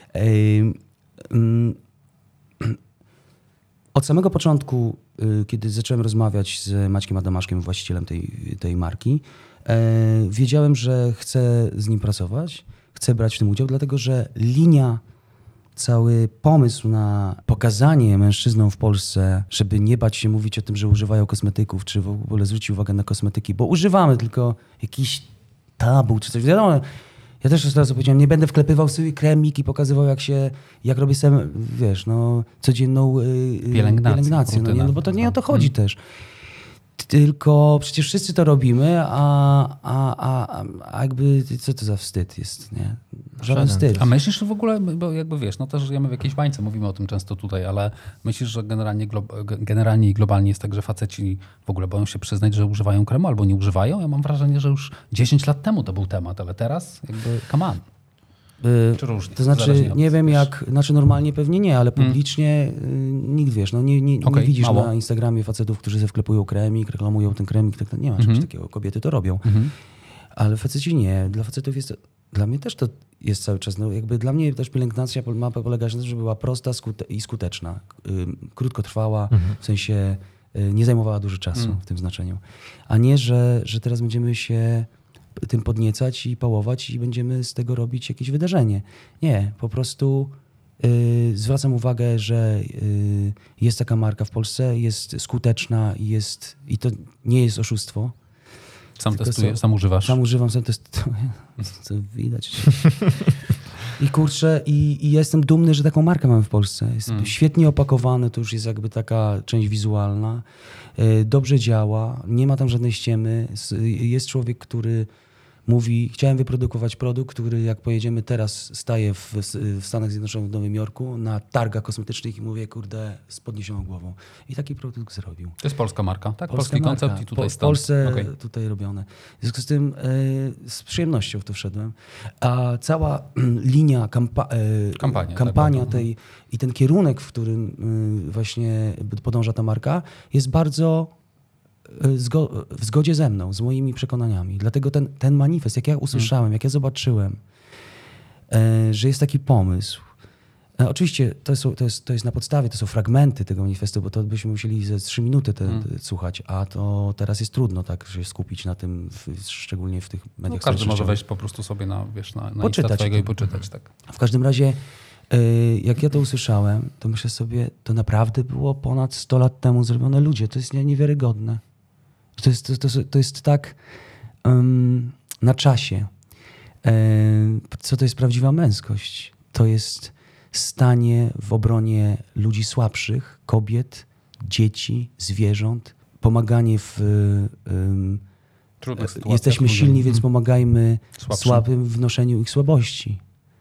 Od samego początku, kiedy zacząłem rozmawiać z Maćkiem Adamaszkiem, właścicielem tej marki, wiedziałem, że chcę z nim pracować, chcę brać w tym udział, dlatego że cały pomysł na pokazanie mężczyznom w Polsce, żeby nie bać się mówić o tym, że używają kosmetyków, czy w ogóle zwrócić uwagę na kosmetyki, bo używamy tylko jakiś tabu czy coś. Wiadomo, ja też od razu powiedziałem, nie będę wklepywał sobie kremik i pokazywał, jak robię sobie, wiesz, no, codzienną pielęgnację. No bo to nie o to chodzi też. Tylko przecież wszyscy to robimy, a jakby co to za wstyd jest, nie? Żaden wstyd. A myślisz, że w ogóle, bo jakby wiesz, no też żyjemy w jakiejś bańce, mówimy o tym często tutaj, ale myślisz, że generalnie i globalnie jest tak, że faceci w ogóle boją się przyznać, że używają kremu albo nie używają? Ja mam wrażenie, że już 10 lat temu to był temat, ale teraz jakby come on. Czy różnie? To znaczy, nie wiem jak, znaczy normalnie pewnie nie, ale publicznie nikt, wiesz, no nie widzisz na Instagramie facetów, którzy ze wklepują kremik, reklamują ten kremik, tak, nie ma czegoś takiego, kobiety to robią. Ale faceci nie, dla facetów jest to, dla mnie też to jest cały czas, no jakby dla mnie też pielęgnacja ma polegać na tym, żeby była prosta i skuteczna, krótkotrwała, w sensie nie zajmowała dużo czasu w tym znaczeniu. A nie, że teraz będziemy się tym podniecać i pałować i będziemy z tego robić jakieś wydarzenie. Nie, po prostu zwracam uwagę, że jest taka marka w Polsce, jest skuteczna i to nie jest oszustwo. Sam testujesz, sam używasz? Sam używam, sam testuję. Co widać. I kurczę, i jestem dumny, że taką markę mamy w Polsce. Jest świetnie opakowane, to już jest jakby taka część wizualna. Dobrze działa, nie ma tam żadnej ściemy. Jest człowiek, który mówi, chciałem wyprodukować produkt, który jak pojedziemy teraz, staje w Stanach Zjednoczonych, w Nowym Jorku, na targach kosmetycznych i mówię, kurde, z podniesioną głową. I taki produkt zrobił. To jest polska marka, tak? Polska Polski marka. koncept i tutaj w Polsce tutaj robione. W związku z tym z przyjemnością w to wszedłem. A cała linia, kampania tej i ten kierunek, w którym właśnie podąża ta marka, jest bardzo w zgodzie ze mną, z moimi przekonaniami. Dlatego ten manifest, jak ja usłyszałem, jak ja zobaczyłem, że jest taki pomysł. Oczywiście to jest na podstawie, to są fragmenty tego manifestu, bo to byśmy musieli ze 3 minuty słuchać, a to teraz jest trudno tak się skupić na tym, szczególnie w tych mediach. Każdy może wejść po prostu sobie na poczytać twojego i poczytać. Tak. W każdym razie, jak ja to usłyszałem, to myślę sobie, to naprawdę było ponad 100 lat temu zrobione. Ludzie, to jest niewiarygodne. To jest tak na czasie. Co to jest prawdziwa męskość? To jest stanie w obronie ludzi słabszych, kobiet, dzieci, zwierząt, pomaganie w... Trudnych sytuacjach. Jesteśmy silni, więc pomagajmy słabym w noszeniu ich słabości.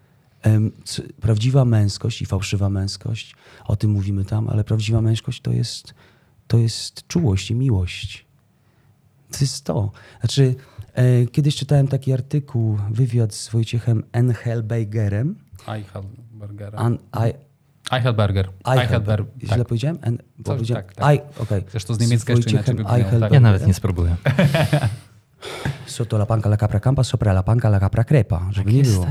Prawdziwa męskość i fałszywa męskość, o tym mówimy tam, ale prawdziwa męskość to jest czułość i miłość. To jest to. Znaczy, kiedyś czytałem taki artykuł, wywiad z Wojciechem Eichelbergerem. Eichelberger. Źle powiedziałem? Tak. Zresztą z niemiecka jeszcze inaczej brzmiało. Ja nawet nie spróbuję. Sotto la panca la capra campa, sopra la panca la capra crepa. Żeby nie było.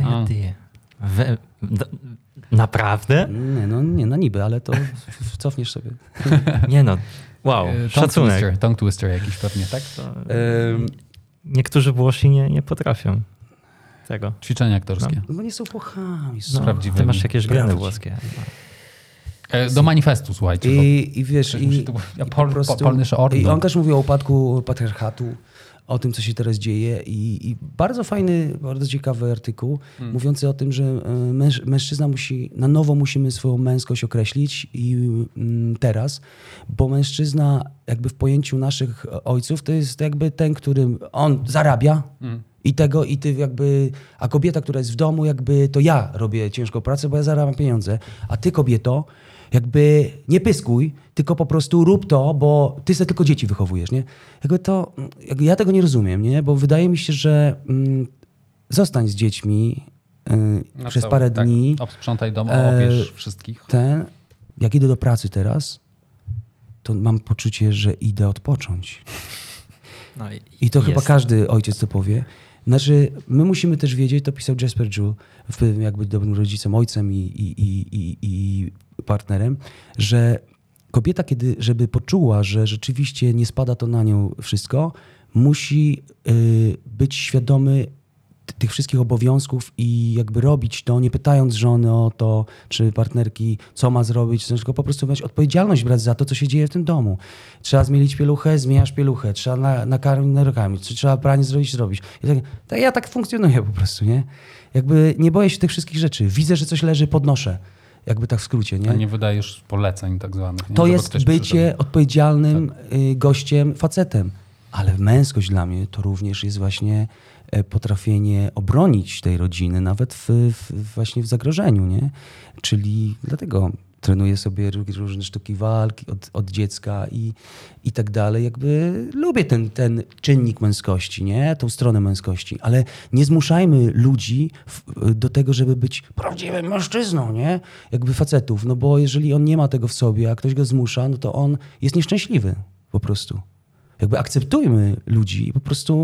Naprawdę? Nie, no niby, ale to cofniesz sobie. Nie no, wow, szacunek. Tongue twister jakiś pewnie, tak? Niektórzy Włosi nie potrafią tego. Ćwiczenia aktorskie. No bo nie są Włochami. Ty masz jakieś geny włoskie. Do manifestu, słuchajcie. I wiesz, i on też mówi o upadku patriarchatu, o tym, co się teraz dzieje i bardzo fajny, bardzo ciekawy artykuł mówiący o tym, że mężczyzna na nowo musimy swoją męskość określić i teraz, bo mężczyzna jakby w pojęciu naszych ojców to jest jakby ten, którym on zarabia i ty jakby, a kobieta, która jest w domu, jakby to ja robię ciężką pracę, bo ja zarabiam pieniądze, a ty, kobieto, jakby nie pyskuj, tylko po prostu rób to, bo ty sobie tylko dzieci wychowujesz, nie? Ja tego nie rozumiem, nie? Bo wydaje mi się, że zostań z dziećmi przez parę dni. Obsprzątaj dom, obierz wszystkich. Jak idę do pracy teraz, to mam poczucie, że idę odpocząć. No I to chyba każdy ojciec to powie. Znaczy, my musimy też wiedzieć, to pisał Jasper Juhl, jakby dobrym rodzicem, ojcem i partnerem, że kobieta, żeby poczuła, że rzeczywiście nie spada to na nią wszystko, musi być świadomy tych wszystkich obowiązków i jakby robić to, nie pytając żony o to, czy partnerki, co ma zrobić, tylko po prostu mieć odpowiedzialność brać za to, co się dzieje w tym domu. Trzeba zmienić pieluchę, zmieniasz pieluchę, trzeba nakarmić, trzeba pranie zrobić. Ja tak funkcjonuję po prostu, nie? Jakby nie boję się tych wszystkich rzeczy. Widzę, że coś leży, podnoszę. Jakby tak w skrócie, nie? A nie wydajesz poleceń tak zwanych. Nie? To jest bycie odpowiedzialnym gościem, facetem. Ale męskość dla mnie to również jest właśnie potrafienie obronić tej rodziny, nawet właśnie w zagrożeniu, nie? Czyli dlatego trenuję sobie różne sztuki walki od dziecka i tak dalej. Jakby lubię ten czynnik męskości, nie? Tą stronę męskości, ale nie zmuszajmy ludzi do tego, żeby być prawdziwym mężczyzną, nie? Jakby facetów, no bo jeżeli on nie ma tego w sobie, a ktoś go zmusza, no to on jest nieszczęśliwy po prostu. Jakby akceptujmy ludzi i po prostu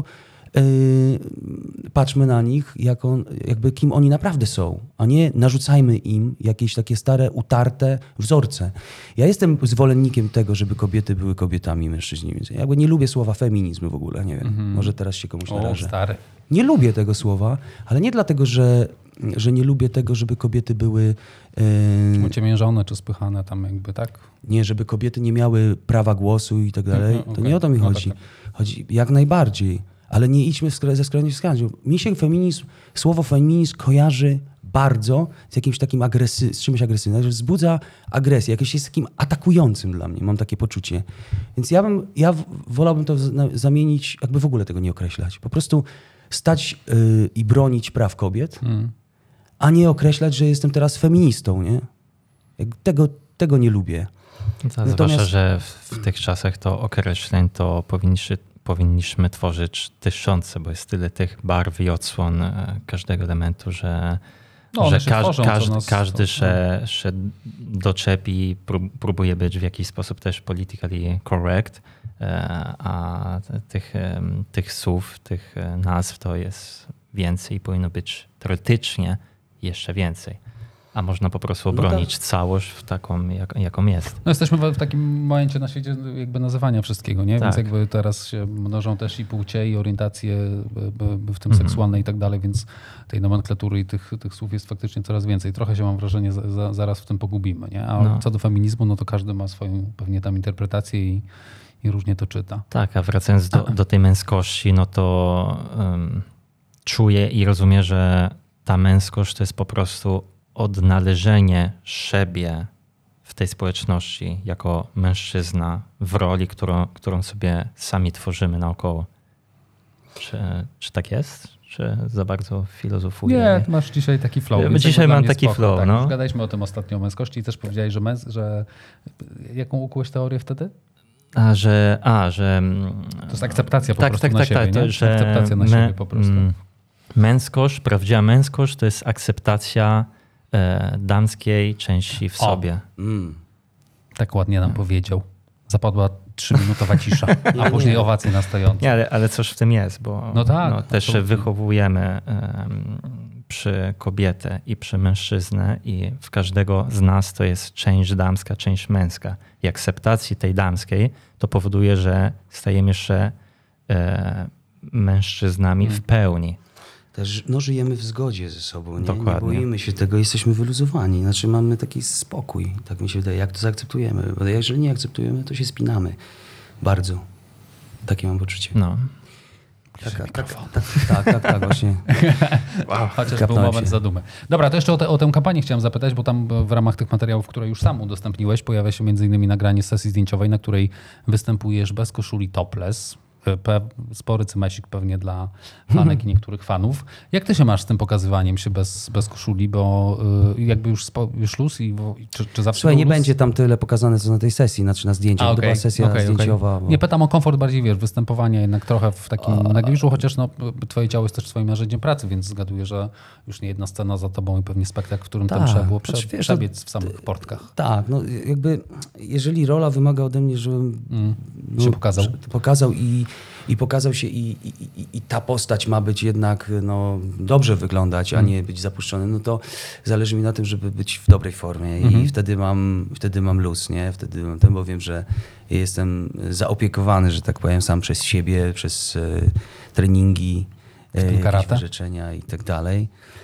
patrzmy na nich jakby kim oni naprawdę są, a nie narzucajmy im jakieś takie stare, utarte wzorce. Ja jestem zwolennikiem tego, żeby kobiety były kobietami, mężczyźni. Więc jakby nie lubię słowa feminizm w ogóle, nie wiem, może teraz się komuś narażę. Stary. Nie lubię tego słowa, ale nie dlatego, że nie lubię tego, żeby kobiety były... Uciemiężone czy spychane tam jakby, tak? Nie, żeby kobiety nie miały prawa głosu i tak dalej. To nie o to mi chodzi. Tak. Chodzi jak najbardziej, ale nie idźmy ze skrajności w skrajność. Mi się słowo feminizm kojarzy bardzo z jakimś takim z czymś agresywnym, że wzbudza agresję, jakieś jest takim atakującym dla mnie, mam takie poczucie. Więc ja wolałbym to zamienić, jakby w ogóle tego nie określać. Po prostu stać i bronić praw kobiet, a nie określać, że jestem teraz feministą, nie? Tego nie lubię. Zwłaszcza, że w tych czasach to określeń to powinniśmy tworzyć tysiące, bo jest tyle tych barw i odsłon każdego elementu, że każdy się doczepi, próbuje być w jakiś sposób też politically correct, a tych słów, tych nazw to jest więcej i powinno być teoretycznie jeszcze więcej. A można po prostu obronić całość w taką, jaką jest. No jesteśmy w takim momencie na świecie jakby nazywania wszystkiego, nie? Tak. Więc jakby teraz się mnożą też i płcie, i orientacje, w tym seksualne i tak dalej, więc tej nomenklatury i tych słów jest faktycznie coraz więcej. Trochę się, mam wrażenie, zaraz w tym pogubimy, nie? A co do feminizmu, no to każdy ma swoją pewnie tam interpretację i różnie to czyta. Tak, a wracając do tej męskości, no to czuję i rozumiem, że ta męskość to jest po prostu odnalezienie siebie w tej społeczności jako mężczyzna w roli, którą sobie sami tworzymy naokoło. Czy tak jest? Czy za bardzo filozofuję? Nie, masz dzisiaj taki flow. Dzisiaj mam taki spoko, flow. Tak. No. Już gadaliśmy o tym ostatnio o męskości i też powiedziałeś, że jaką ukułeś teorię wtedy? Że to jest akceptacja po prostu na siebie, to, nie? że Akceptacja na siebie po prostu. Męskość, prawdziwa męskość to jest akceptacja damskiej części w sobie. Tak ładnie nam powiedział. Zapadła 3-minutowa cisza, a później owacje na stojąco. Nie, ale coś w tym jest, bo też się wychowujemy przy kobietę i przy mężczyznę i w każdego z nas to jest część damska, część męska. I akceptacji tej damskiej to powoduje, że stajemy się mężczyznami w pełni. Też żyjemy w zgodzie ze sobą, nie boimy się tego, jesteśmy wyluzowani, znaczy mamy taki spokój, tak mi się wydaje, jak to zaakceptujemy, bo jeżeli nie akceptujemy, to się spinamy bardzo. Takie mam poczucie. No. Tak, właśnie. Wow, chociaż był moment zadumy. Dobra, to jeszcze o tę kampanię chciałem zapytać, bo tam w ramach tych materiałów, które już sam udostępniłeś, pojawia się m.in. nagranie sesji zdjęciowej, na której występujesz bez koszuli topless. Spory cymesik pewnie dla fanek i niektórych fanów. Jak ty się masz z tym pokazywaniem się bez koszuli, bo jakby już luz i czy zawsze Słuchaj, nie luz? będzie tam tyle pokazane, co na tej sesji, znaczy na zdjęciach. To była sesja zdjęciowa. Okay. Nie pytam o komfort bardziej, występowania jednak trochę w takim negliżu, chociaż twoje ciało jest też swoim narzędziem pracy, więc zgaduję, że już nie jedna scena za tobą i pewnie spektakl, w którym tam trzeba było przebiec w samych portkach. Tak, no jakby jeżeli rola wymaga ode mnie, żebym się pokazał i pokazał się i ta postać ma być jednak dobrze wyglądać, a nie być zapuszczony, no to zależy mi na tym, żeby być w dobrej formie i wtedy mam luz, nie? Wtedy bo wiem, że jestem zaopiekowany, że tak powiem, sam przez siebie, przez treningi, jakieś wyrzeczenia i tak dalej.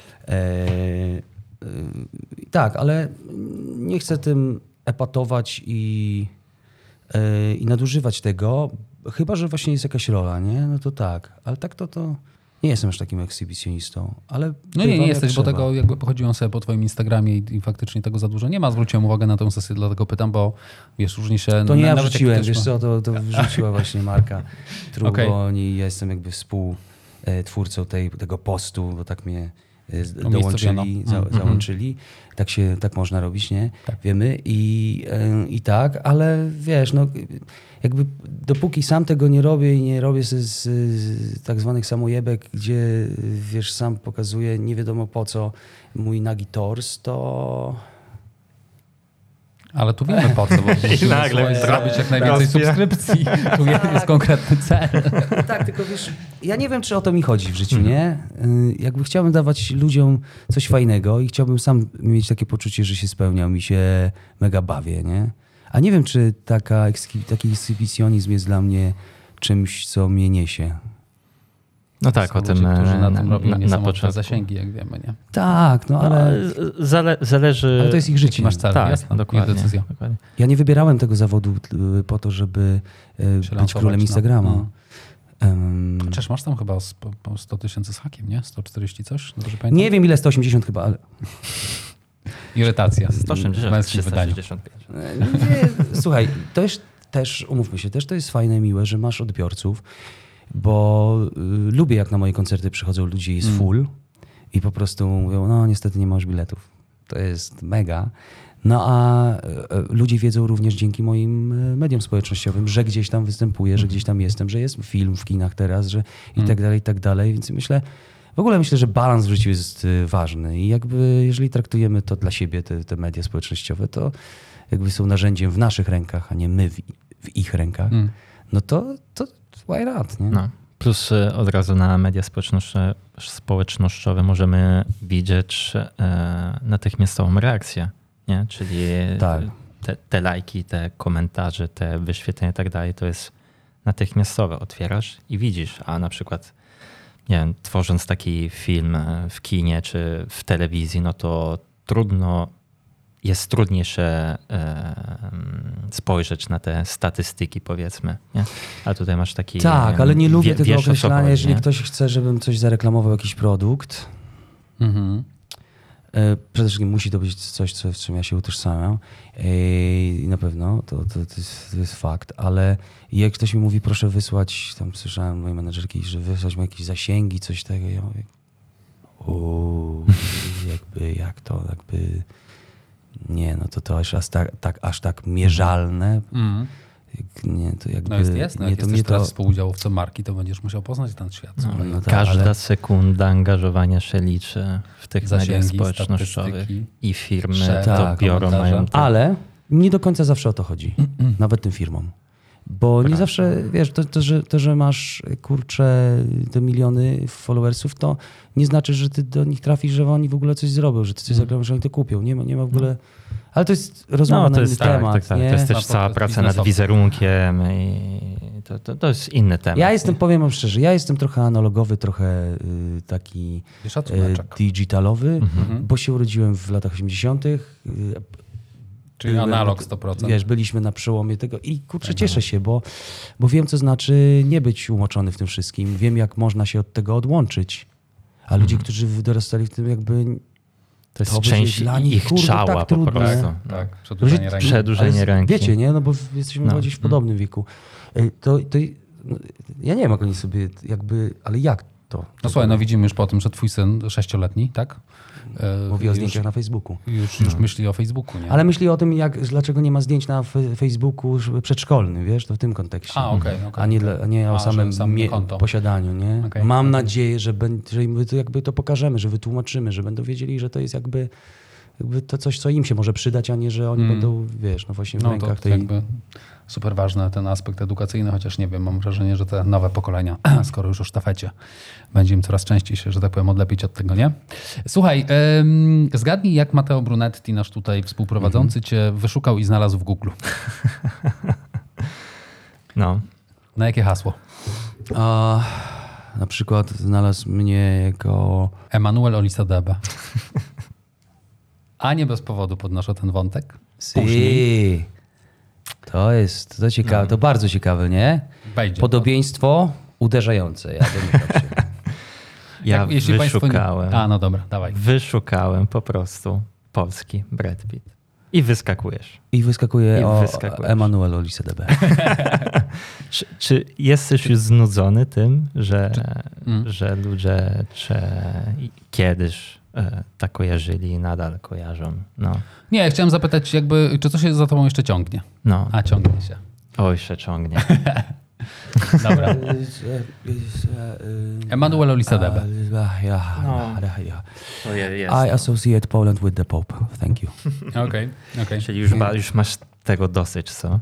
Tak, ale nie chcę tym epatować i nadużywać tego, chyba że właśnie jest jakaś rola, nie? No to tak, ale tak to nie jestem już takim ekshibicjonistą, ale... No nie jesteś, bo tego jakby pochodziłem sobie po twoim Instagramie i faktycznie tego za dużo nie ma. Zwróciłem uwagę na tę sesję, dlatego pytam, bo wiesz, różni się... To nie ja wrzuciłem, wiesz co, to wrzuciła właśnie Marka Truboń i ja jestem jakby współtwórcą tego postu, bo tak mnie załączyli. Tak można robić, nie? Tak. Wiemy i tak, ale wiesz, jakby dopóki sam tego nie robię i nie robię z tak zwanych samojebek, gdzie wiesz, sam pokazuję nie wiadomo po co mój nagi tors, to Ale tu wiemy po co, bo musimy nagle zrobić jak najwięcej Rosja. subskrypcji. Tu jest konkretny cel. Tak, tylko wiesz, ja nie wiem, czy o to mi chodzi w życiu, nie? Jakby chciałbym dawać ludziom coś fajnego i chciałbym sam mieć takie poczucie, że się spełniam i się mega bawię, nie? A nie wiem, czy taki ekshibicjonizm jest dla mnie czymś, co mnie niesie. No tak, Są o tym ludzie, którzy na tym robią na niesamowite początku. zasięgi, jak wiemy, nie? Tak, no ale Zależy... Ale to jest ich życie. Masz cel, Tak, jasne, dokładnie, i decyzja. dokładnie. ja nie wybierałem tego zawodu po to, żeby być lansować, królem no. Instagrama. No. Chociaż masz tam chyba 100 tysięcy z hakiem, nie? 140 coś? Dobrze pamiętam? Nie wiem ile, 180 chyba, ale... Irytacja. 180, W męskim wydaniu. 365. Nie, słuchaj, to jest też, umówmy się, też to jest fajne, miłe, że masz odbiorców, bo lubię jak na moje koncerty przychodzą ludzie i jest full i po prostu mówią, no niestety nie masz biletów. To jest mega. No a ludzie wiedzą również dzięki moim mediom społecznościowym, że gdzieś tam występuję, że gdzieś tam jestem, że jest film w kinach teraz, że i tak dalej, więc w ogóle myślę, że balans w życiu jest ważny i jakby jeżeli traktujemy to dla siebie, te media społecznościowe, to jakby są narzędziem w naszych rękach, a nie my w ich rękach, no to why not, nie? No. Plus od razu na media społecznościowe możemy widzieć natychmiastową reakcję, nie? Czyli Tak. te lajki, te komentarze, te wyświetlenia i tak dalej, to jest natychmiastowe. Otwierasz i widzisz, a na przykład nie wiem, tworząc taki film w kinie czy w telewizji, no to jest trudniejsze spojrzeć na te statystyki, powiedzmy. Nie? A tutaj masz taki... Tak, ale nie lubię tego wiesz, o co określania, chodzi, jeżeli nie? ktoś chce, żebym coś zareklamował, jakiś produkt. Przede wszystkim musi to być coś, w czym ja się utożsamiam. I na pewno to jest fakt, ale jak ktoś mi mówi, proszę wysłać, tam słyszałem mojej menedżerki, że wysłać mu jakieś zasięgi, coś takiego, ja mówię, nie, no to aż tak mierzalne. Nie, to jakby... No jest. nie, Jak to jesteś mnie teraz współudziałowcem marki, to będziesz musiał poznać ten świat. No tak, Każda ale- sekunda angażowania się liczy w tych mediach Zasięgi, społecznościowych statystyki, i firmy share, to tak, biorą, komentarze. mają to. Ale nie do końca zawsze o to chodzi. Nawet tym firmom. Bo nie zawsze, wiesz, to, że masz, kurczę, te miliony followersów, to nie znaczy, że ty do nich trafisz, że oni w ogóle coś zrobią, że ty coś zagrasz, że oni to kupią. Nie ma w ogóle... Ale to jest rozmowa No, na to inny jest, temat. tak. Nie? To jest też Na cała pokład praca nad biznesowy. wizerunkiem i to jest inny temat. Powiem wam szczerze, ja jestem trochę analogowy, trochę taki I szacuneczek. digitalowy, bo się urodziłem w latach 80. Czyli analog 100%. Wiesz, byliśmy na przełomie tego i kurczę, cieszę się, bo wiem, co znaczy nie być umoczony w tym wszystkim. Wiem, jak można się od tego odłączyć. A ludzie, którzy dorastali w tym jakby... To jest będzie część dla nich, ich kurde, ciała tak po trudne. prostu. Tak, przedłużenie ręki. Przedłużenie ręki. Wiecie, nie? No bo jesteśmy No. gdzieś w podobnym wieku. To ja nie wiem, jak oni sobie jakby... Ale jak to? No słuchaj, no widzimy już po tym, że twój syn 6-letni, tak? Mówi o już, zdjęciach na Facebooku. już myśli o Facebooku, nie? Ale myśli o tym, dlaczego nie ma zdjęć na Facebooku przedszkolnym, wiesz, to w tym kontekście. A, okej. A nie o że samym konto. posiadaniu, nie? Okej. Mam nadzieję, że im to jakby to pokażemy, że wytłumaczymy, że będą wiedzieli, że to jest jakby to coś, co im się może przydać, a nie, że oni będą, wiesz, no właśnie w No rękach to tej... jakby super ważny ten aspekt edukacyjny, chociaż nie wiem, mam wrażenie, że te nowe pokolenia, skoro już o sztafecie, będzie im coraz częściej się, że tak powiem, odlepić od tego, nie? Słuchaj, zgadnij, jak Matteo Brunetti, nasz tutaj współprowadzący, cię wyszukał i znalazł w Google. No. Na jakie hasło? A, na przykład znalazł mnie jako... Emanuel Olisadebe. A nie bez powodu podnoszę ten wątek. Później. To ciekawe, to bardzo ciekawe, nie? Wejdzie. Podobieństwo uderzające. Ja domyślam się. Ja jeśli państwo nie- wyszukałem. A, no dobra, dawaj. Wyszukałem po prostu polski Brad Pitt. I wyskakujesz. I wyskakuje wyskakujesz. o Emanuel Olisadebe. Czy jesteś już znudzony tym, że ludzie kiedyś tak kojarzyli i nadal kojarzą? No. Nie, chciałem zapytać jakby, czy coś się za tobą jeszcze ciągnie? No. A, ciągnie się. Oj, się ciągnie. Dobra. Emanuel Olisadebe. To jest. I associate Poland with the Pope. Thank you. Okej. Czyli już masz tego dosyć, co?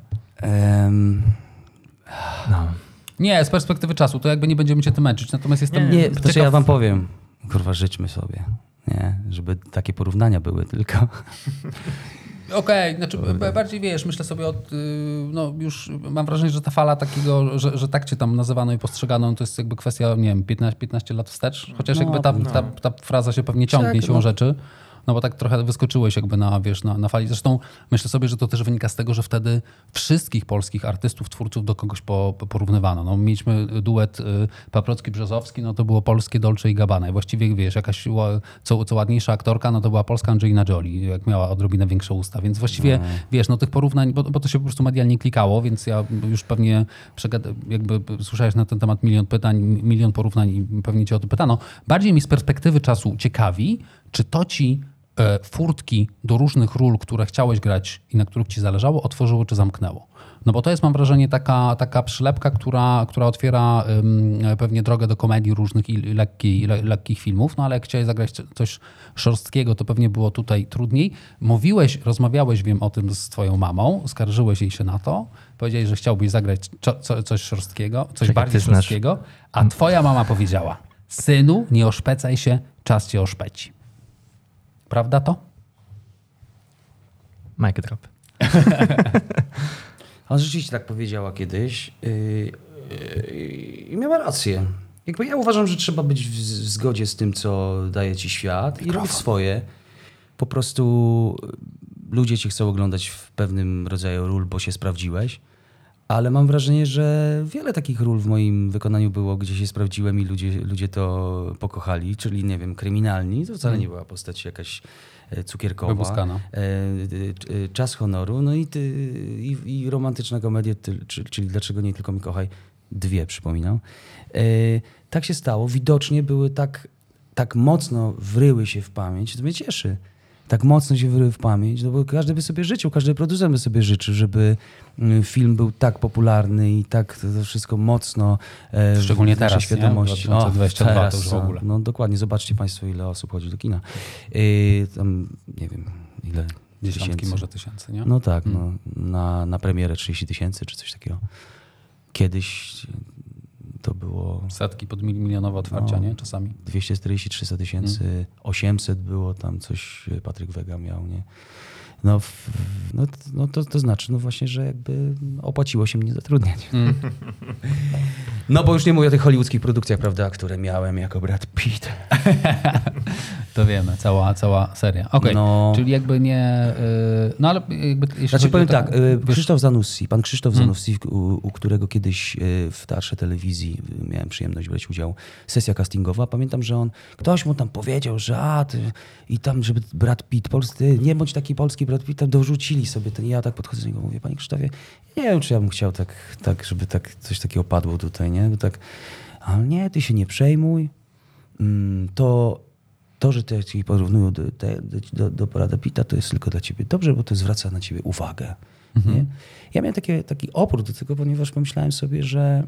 No. Nie, z perspektywy czasu, to jakby nie będziemy cię tym męczyć. Natomiast jestem Nie, to ciekaw... ja wam powiem. Kurwa, życzmy sobie. Nie, żeby takie porównania były tylko. Okej, znaczy bardziej wiesz, myślę sobie no już mam wrażenie, że ta fala takiego, że tak cię tam nazywano i postrzegano, to jest jakby kwestia, nie wiem, 15 lat wstecz, chociaż jakby ta fraza się pewnie ciągnie siłą rzeczy. No bo tak trochę wyskoczyłeś jakby na fali. Zresztą myślę sobie, że to też wynika z tego, że wtedy wszystkich polskich artystów, twórców do kogoś porównywano. No, mieliśmy duet Paprocki-Brzozowski, no to było polskie Dolce i Gabbana. I właściwie wiesz, jakaś co ładniejsza aktorka, no to była polska Angelina Jolie, jak miała odrobinę większe usta. Więc właściwie wiesz, no tych porównań, bo to się po prostu medialnie klikało, więc ja już pewnie jakby słyszałeś na ten temat milion pytań, milion porównań i pewnie cię o to pytano. Bardziej mi z perspektywy czasu ciekawi, czy to ci furtki do różnych ról, które chciałeś grać i na których ci zależało, otworzyło czy zamknęło. No bo to jest, mam wrażenie, taka przylepka, która otwiera pewnie drogę do komedii różnych i lekkich filmów, no ale jak chciałeś zagrać coś szorstkiego, to pewnie było tutaj trudniej. Rozmawiałeś, wiem o tym z twoją mamą, skarżyłeś jej się na to, powiedziałeś, że chciałbyś zagrać coś szorstkiego, coś bardziej szorstkiego, a twoja mama powiedziała: synu, nie oszpecaj się, czas cię oszpeci. Prawda to? Mic drop. On rzeczywiście tak powiedziała kiedyś i miała rację. Jakby ja uważam, że trzeba być w zgodzie z tym, co daje ci świat i robić swoje. Po prostu ludzie cię chcą oglądać w pewnym rodzaju ról, bo się sprawdziłeś. Ale mam wrażenie, że wiele takich ról w moim wykonaniu było, gdzie się sprawdziłem i ludzie to pokochali. Czyli, nie wiem, Kryminalni, to wcale nie była postać jakaś cukierkowa. Wybuskana. Czas honoru, no i romantyczna komedia, czyli Dlaczego nie tylko mnie kochaj. 2, przypominam. Tak się stało. Widocznie były tak mocno wryły się w pamięć. To mnie cieszy. Tak mocno się wryły w pamięć, no bo każdy by sobie życzył, każdy producent by sobie życzył, żeby film był tak popularny i tak to wszystko mocno szczególnie w naszej teraz, świadomości. 2022 teraz, to już w ogóle. No dokładnie, zobaczcie państwo, ile osób chodzi do kina. Tam nie wiem, ile Dziesiątki, może tysięcy, nie? No tak, na premierę 30 000 czy coś takiego. Kiedyś to było... Setki podmilionowe otwarcia, nie? Czasami. 240-300 tysięcy, 800 było tam coś, Patryk Wega miał, nie? To znaczy, no właśnie, że jakby opłaciło się mnie zatrudniać. No bo już nie mówię o tych hollywoodzkich produkcjach, prawda, które miałem jako Brad Pitt. To wiemy, cała seria. Okej, czyli jakby nie... No ale jakby... Znaczy powiem tak, Krzysztof Zanussi, pan Krzysztof Zanussi, u którego kiedyś w Teatrze Telewizji miałem przyjemność brać udział, sesja castingowa. Pamiętam, że ktoś mu tam powiedział, że i tam, żeby Brad Pitt, polscy, nie bądź taki polski Brad Pitt, tam dorzucili sobie ten. Ja tak podchodzę do niego, mówię: panie Krzysztofie, nie wiem, czy ja bym chciał tak żeby tak coś takiego padło tutaj, nie? Bo tak, ale nie, ty się nie przejmuj. To, że te ci porównują do Brada Pitta, to jest tylko dla ciebie dobrze, bo to zwraca na ciebie uwagę. Nie? Ja miałem taki opór do tego, ponieważ pomyślałem sobie, że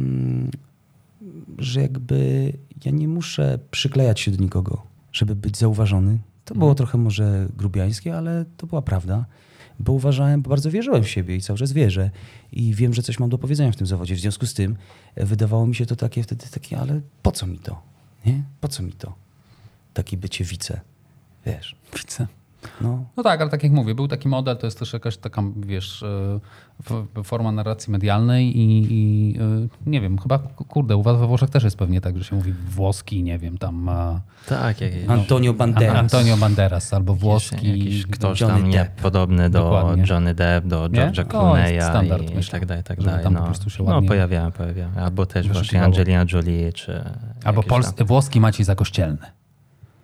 jakby ja nie muszę przyklejać się do nikogo, żeby być zauważony. To było trochę może grubiańskie, ale to była prawda. Bo bardzo wierzyłem w siebie i cały czas wierzę. I wiem, że coś mam do powiedzenia w tym zawodzie. W związku z tym wydawało mi się to wtedy takie, ale po co mi to? Nie? Po co mi to? Takie bycie wice. Wiesz. Wice. No tak, ale tak jak mówię, był taki model, to jest też jakaś taka, wiesz, forma narracji medialnej i nie wiem, chyba, kurde, u was we Włoszech też jest pewnie tak, że się mówi włoski, nie wiem, tam... Tak, Antonio Banderas. Antonio Banderas albo włoski... Jakiś ktoś tam podobny do Dokładnie. Johnny Depp, do George'a Clooney'a standard, i myślę, tak dalej, tak żeby dalej. tam po prostu się ładnie pojawiają. Albo też właśnie Angelina Jolie, czy... Albo włoski Maciej Zakościelny.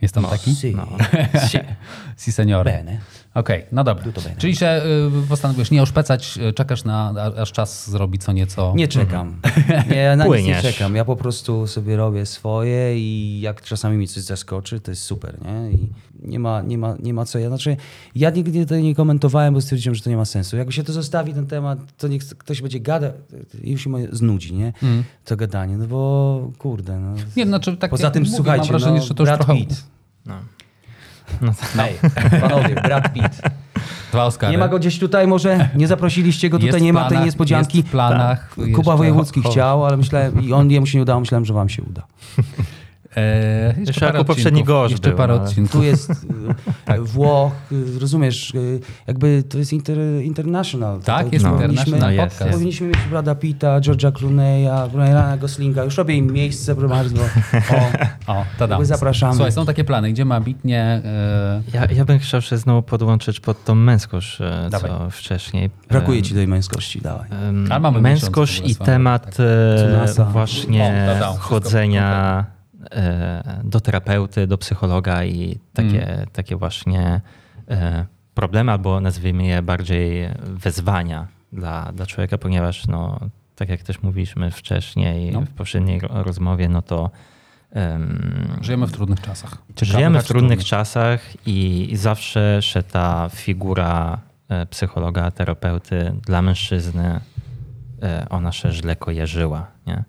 Jest tam taki? Si. No. Si, seniore. Bene. Okej, no dobra. Tutto bene. Czyli się postanowiłeś nie oszpecać, czekasz aż czas zrobi co nieco. Nie czekam. Nie, na nic nie Płyniesz. czekam. Ja po prostu sobie robię swoje i jak czasami mi coś zaskoczy, to jest super, nie? I nie ma co. Ja nigdy tego nie komentowałem, bo stwierdziłem, że to nie ma sensu. Jak się to zostawi, ten temat, to niech ktoś będzie gadał i już się znudzi, nie? To gadanie, no bo kurde. No. Nie, znaczy tak Poza jak tym, mówię, słuchajcie, mam wrażenie, że to już Brad trochę... Pitt. No. Hej, panowie, Brad Pitt. 2 Oscary. Nie ma go gdzieś tutaj może? Nie zaprosiliście go, Jest tutaj w nie ma tej planach, niespodzianki. jest w planach. Kuba Jeszcze- Wojewódzki chciał, ale myślałem, i jemu się nie udało, myślałem, że wam się uda. Jeszcze jako poprzedni gość Jeszcze był, parę ale- odcinków. Tu jest Włoch, rozumiesz, jakby to jest international. Tak, to jest international No jest, podcast. Powinniśmy mieć Brada Pitta, George'a Clooney'a, Ryana Goslinga. Już robię im miejsce, proszę bardzo. O, tada. Jakby zapraszamy. Słuchaj, są takie plany, gdzie ma bitnie... Ja bym chciał się znowu podłączyć pod tą męskość, Dawaj. co wcześniej. Brakuje ci tej męskości, dawaj. Ale mamy Męskość miesiąc w i ogóle temat Cunasa. właśnie O, wszystko chodzenia do terapeuty, do psychologa i takie właśnie problemy, albo nazwijmy je bardziej wyzwania dla człowieka, ponieważ no, tak jak też mówiliśmy wcześniej w poprzedniej rozmowie, no to Żyjemy w trudnych czasach. żyjemy w tak trudnych czasach i zawsze się ta figura psychologa, terapeuty dla mężczyzny, ona się źle kojarzyła. Nie?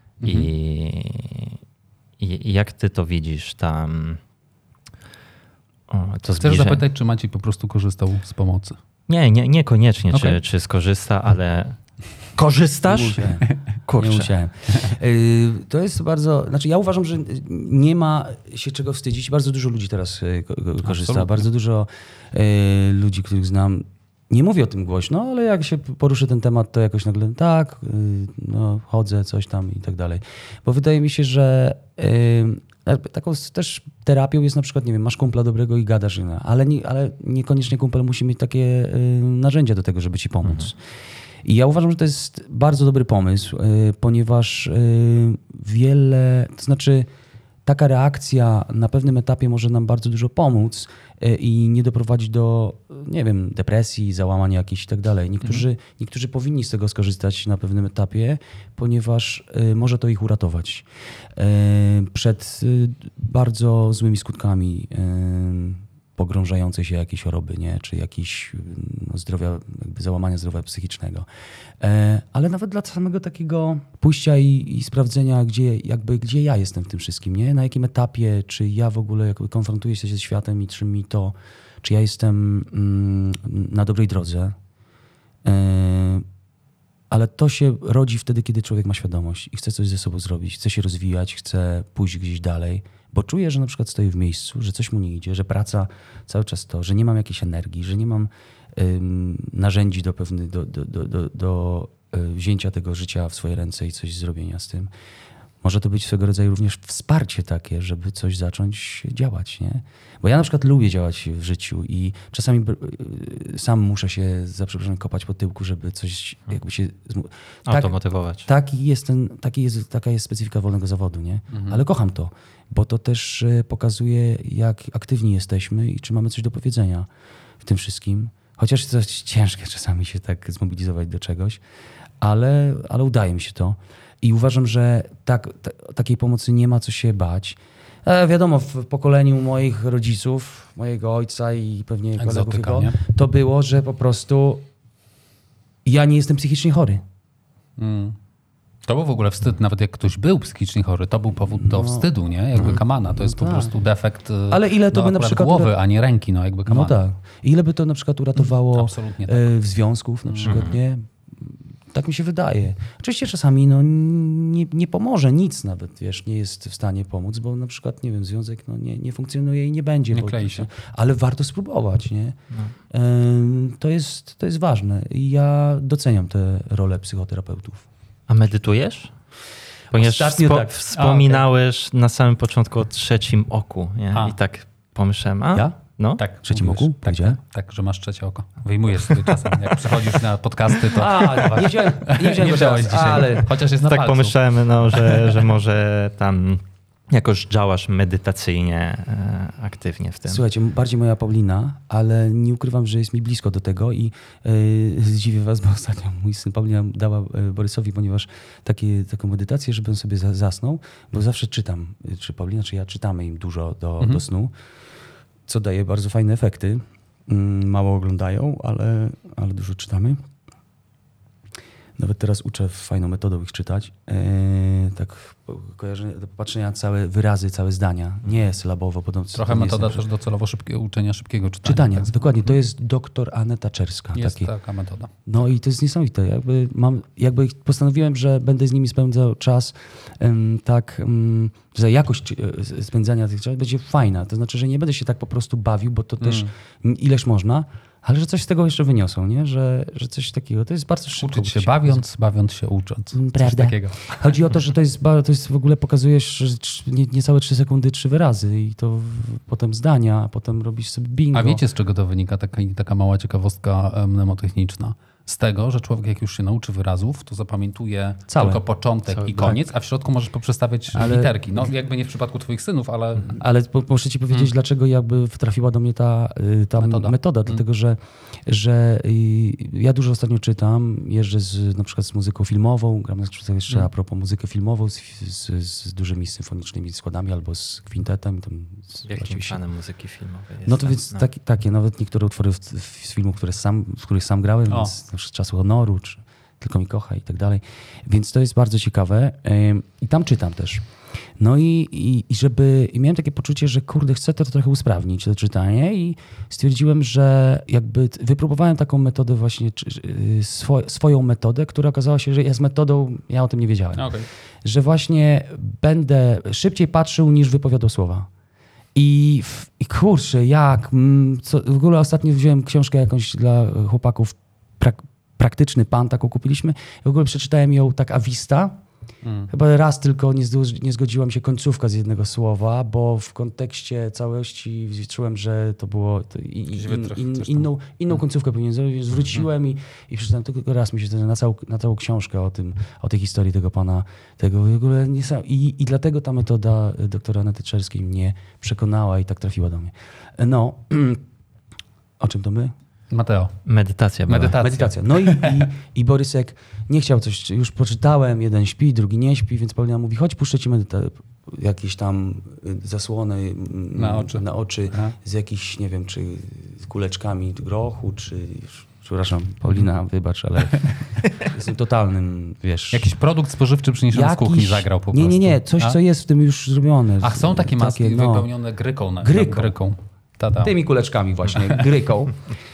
I jak ty to widzisz tam? To Chcesz zapytać, czy Maciej po prostu korzystał z pomocy? Niekoniecznie, Okej. czy skorzysta, ale... Korzystasz? Kurczę. Nie musiałem. To jest bardzo... Znaczy ja uważam, że nie ma się czego wstydzić. Bardzo dużo ludzi teraz korzysta. Absolutnie. Bardzo dużo ludzi, których znam. Nie mówię o tym głośno, ale jak się poruszy ten temat, to jakoś nagle tak, no, chodzę, coś tam i tak dalej. Bo wydaje mi się, że taką też terapią jest na przykład, nie wiem, masz kumpla dobrego i gadasz, ale niekoniecznie kumpel musi mieć takie narzędzia do tego, żeby ci pomóc. I ja uważam, że to jest bardzo dobry pomysł, ponieważ to znaczy taka reakcja na pewnym etapie może nam bardzo dużo pomóc i nie doprowadzić do, nie wiem, depresji, załamania jakichś i tak dalej. Niektórzy powinni z tego skorzystać na pewnym etapie, ponieważ może to ich uratować przed bardzo złymi skutkami pogrążającej się jakiejś choroby, nie? Czy jakiejś zdrowia, jakby załamania zdrowia psychicznego. Ale nawet dla samego takiego pójścia i sprawdzenia, gdzie ja jestem w tym wszystkim, nie? Na jakim etapie, czy ja w ogóle jakby konfrontuję się ze światem i czy ja jestem na dobrej drodze. Ale to się rodzi wtedy, kiedy człowiek ma świadomość i chce coś ze sobą zrobić, chce się rozwijać, chce pójść gdzieś dalej, bo czuje, że na przykład stoi w miejscu, że coś mu nie idzie, że praca cały czas że nie mam jakiejś energii, że nie mam narzędzi do wzięcia tego życia w swoje ręce i coś zrobienia z tym. Może to być swego rodzaju również wsparcie takie, żeby coś zacząć działać, nie? Bo ja na przykład lubię działać w życiu i czasami sam muszę się, za przeproszeniem, kopać po tyłku, żeby coś jakby się... Automotywować. Taka jest specyfika wolnego zawodu, nie? Ale kocham to, bo to też pokazuje, jak aktywni jesteśmy i czy mamy coś do powiedzenia w tym wszystkim. Chociaż jest dość ciężkie czasami się tak zmobilizować do czegoś, ale udaje mi się to. I uważam, że takiej pomocy nie ma co się bać. Wiadomo, w pokoleniu moich rodziców, mojego ojca i pewnie kolegów jego, to było, że po prostu ja nie jestem psychicznie chory. To był w ogóle wstyd, nawet jak ktoś był psychicznie chory, to był powód do wstydu, nie? Jakby kamana, to jest po prostu defekt ale ile to by na przykład głowy, a nie ręki, no jakby kamana. No tak. Ile by to na przykład uratowało Absolutnie tak. w związków na przykład, nie? Tak mi się wydaje. Oczywiście czasami nie pomoże nic nawet, wiesz, nie jest w stanie pomóc, bo na przykład, nie wiem, związek nie funkcjonuje i nie będzie. Nie klei się. Ale warto spróbować, nie? To jest ważne i ja doceniam tę rolę psychoterapeutów. A medytujesz? Ponieważ Ostatnio tak. wspominałeś na samym początku o trzecim oku. Nie? I tak pomyślałem, Ja? No? Tak. Trzecim oku? Tak, Gdzie? tak, że masz trzecie oko. Wyjmujesz sobie czasem. Jak przychodzisz na podcasty, to... Nie wziąłem nie wziąłeś dzisiaj, ale chociaż jest na tak palcu. pomyślałem, że może tam jakoś działasz medytacyjnie, aktywnie w tym? Słuchajcie, bardziej moja Paulina, ale nie ukrywam, że jest mi blisko do tego i zdziwię was, bo ostatnio mój syn Paulina dała Borysowi, ponieważ taką medytację, żeby on sobie zasnął, bo zawsze czytam, czy Paulina, czy ja czytamy im dużo do snu, co daje bardzo fajne efekty. Mało oglądają, ale dużo czytamy. Nawet teraz uczę fajną metodą ich czytać. Tak do popatrzenia całe wyrazy, całe zdania. Nie sylabowo. Trochę metoda też docelowo uczenia szybkiego czytania. Czytania, tak dokładnie. To jest doktor Aneta Czerska. Jest taka metoda. No i to jest niesamowite. Jakby postanowiłem, że będę z nimi spędzał czas że jakość spędzania tych czasów będzie fajna. To znaczy, że nie będę się tak po prostu bawił, bo to też ileż można, ale że coś z tego jeszcze wyniosą, nie? Że coś takiego. To jest bardzo szybko. Uczyć się bawiąc się ucząc. Prawda. Takiego. Chodzi o to, że to jest w ogóle pokazujesz że niecałe 3 sekundy 3 wyrazy i to potem zdania, a potem robisz sobie bingo. A wiecie, z czego to wynika? Taka mała ciekawostka mnemotechniczna. Z tego, że człowiek jak już się nauczy wyrazów, to zapamiętuje tylko początek i koniec, a w środku możesz poprzestawiać literki. No jakby nie w przypadku twoich synów, ale... Ale muszę ci powiedzieć, dlaczego jakby trafiła do mnie ta metoda. Dlatego, że ja dużo ostatnio czytam, jeżdżę na przykład z muzyką filmową, gram na przykład jeszcze a propos muzykę filmową z dużymi symfonicznymi składami albo z kwintetem. Jakim fanem muzyki filmowej jest? No to więc takie, nawet niektóre utwory z filmów, w których sam grałem, więc na przykład Czasu Honoru, czy Tylko mi kocha i tak dalej. Więc to jest bardzo ciekawe i tam czytam też. No i miałem takie poczucie, że kurde, chcę to trochę usprawnić, to czytanie i stwierdziłem, że jakby wypróbowałem taką metodę właśnie, swoją metodę, która okazała się, że jest metodą, ja o tym nie wiedziałem, że właśnie będę szybciej patrzył niż wypowiadał słowa. I kurczę, w ogóle ostatnio wziąłem książkę jakąś dla chłopaków, Praktyczny Pan, taką kupiliśmy. W ogóle przeczytałem ją tak a vista. Chyba raz tylko nie zgodziłam się końcówka z jednego słowa, bo w kontekście całości czułem, że to było inną końcówkę powinien zrobić. Zwróciłem i przeczytałem tylko raz mi się na całą książkę o tej historii tego pana. Tego w ogóle i dlatego ta metoda doktora Anety Czerskiej mnie przekonała i tak trafiła do mnie. No, o czym to my? Mateo. Medytacja. No i Borysek nie chciał coś, już poczytałem, jeden śpi, drugi nie śpi, więc Paulina mówi, chodź puszczę ci jakieś tam zasłony na oczy z jakichś, nie wiem, czy kuleczkami grochu, czy... Przepraszam, Paulina, wybacz, ale jestem totalnym, wiesz... Jakiś produkt spożywczy przyniesiony z kuchni zagrał po prostu. Nie, coś, co jest w tym już zrobione. Ach, są takie maski wypełnione gryką. Gryką. Tymi kuleczkami właśnie, gryką.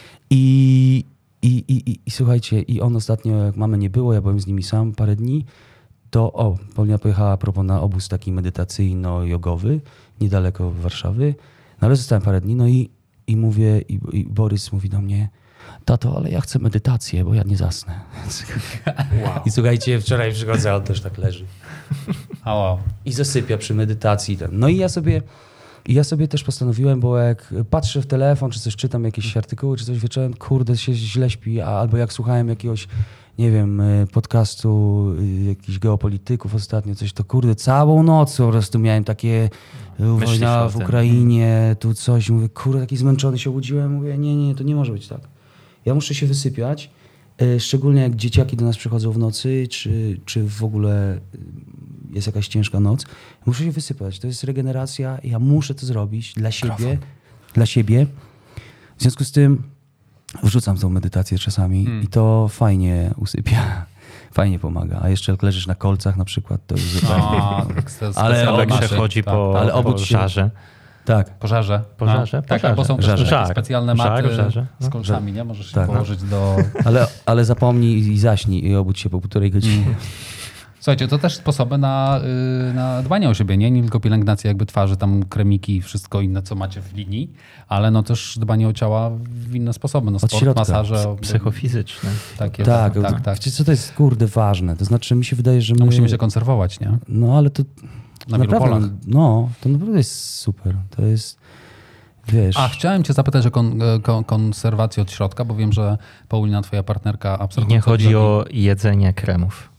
I słuchajcie, i on ostatnio, jak mamy nie było, ja byłem z nimi sam parę dni, to Paulina pojechała a propos na obóz taki medytacyjno-jogowy, niedaleko Warszawy, no ale zostałem parę dni, no i mówię, i Borys mówi do mnie, tato, ale ja chcę medytację, bo ja nie zasnę. Wow. I słuchajcie, wczoraj przychodzę, a on też tak leży. Wow. I zasypia przy medytacji. No i ja sobie też postanowiłem, bo jak patrzę w telefon, czy coś czytam, jakieś artykuły, czy coś wieczorem, kurde, się źle śpi, albo jak słuchałem jakiegoś, nie wiem, podcastu jakichś geopolityków ostatnio, coś, to kurde, całą noc po prostu miałem takie wojna w Ukrainie, tu coś, mówię, kurde, taki zmęczony się obudziłem, mówię, nie, to nie może być tak. Ja muszę się wysypiać, szczególnie jak dzieciaki do nas przychodzą w nocy, czy w ogóle jest jakaś ciężka noc. Muszę się wysypać. To jest regeneracja. Ja muszę to zrobić dla siebie. W związku z tym wrzucam tą medytację czasami i to fajnie usypia. Fajnie pomaga. A jeszcze jak leżysz na kolcach na przykład, to już zupełnie... Ale jak się chodzi po żarze. Tak. Pożarze. Tak, albo są też takie specjalne maty z kolcami, nie? Możesz się położyć do... Ale zapomnij i zaśnij i obudź się po 1,5 godziny. Słuchajcie, to też sposoby na dbanie o siebie, nie tylko pielęgnacja jakby twarzy, tam kremiki i wszystko inne, co macie w linii, ale no też dbanie o ciała w inne sposoby, no sport, masaże. Psychofizyczne. Tak. Wiecie co, to jest kurde ważne, to znaczy mi się wydaje, że my... No musimy się konserwować, nie? No ale to... Na wielu polach. No, to naprawdę jest super, to jest... Wiesz. A chciałem cię zapytać o konserwację od środka, bo wiem, że Paulina, twoja partnerka, absolutnie... Nie chodzi o jedzenie kremów.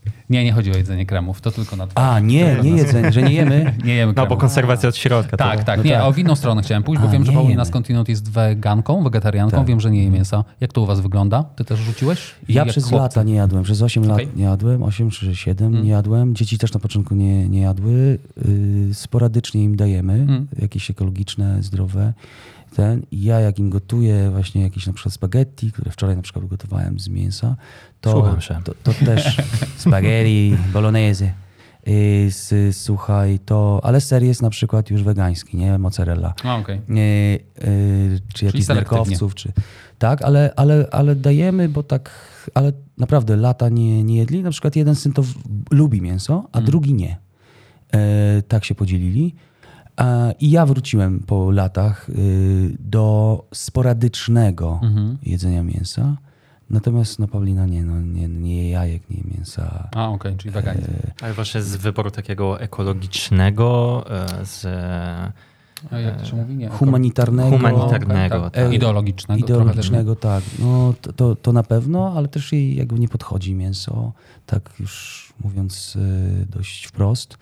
Nie chodzi o jedzenie kremów, to tylko na twarz. A, nie jedzenie, że nie jemy. Nie jemy No kremów. bo konserwacja od środka. Tak, to... nie, tak. o w inną stronę chciałem pójść, bo wiem, że nie Paulina jemy. skądinąd jest weganką, wegetarianką, Tak. wiem, że nie je mięsa. Jak to u was wygląda? Ty też rzuciłeś? I Ja jak przez chłopcy? lata nie jadłem, przez 8 Okej. lat nie jadłem, 8 czy 7 nie jadłem. Dzieci też na początku nie jadły. Sporadycznie im dajemy, jakieś ekologiczne, zdrowe. I ja jak im gotuję właśnie jakieś na przykład spaghetti, które wczoraj na przykład gotowałem z mięsa, Słucham się. to też spaghetti, bolognese. Słuchaj, ale ser jest na przykład już wegański, nie? Mozzarella. A, okej. Czy jakiś z selektywnie. nerkowców, czy tak, ale dajemy, bo tak, ale naprawdę lata nie jedli. Na przykład jeden syn to lubi mięso, a drugi nie. Tak się podzielili. I ja wróciłem po latach do sporadycznego jedzenia mięsa. Natomiast Paulina nie je jajek, nie je mięsa. A, okej, czyli weganizm. Ale właśnie z wyboru takiego ekologicznego, Jak to się mówi? Nie, Humanitarnego. Humanitarnego, tak. tak. Ideologicznego. Tak. No, to na pewno, ale też jej jakby nie podchodzi mięso, tak już mówiąc dość wprost.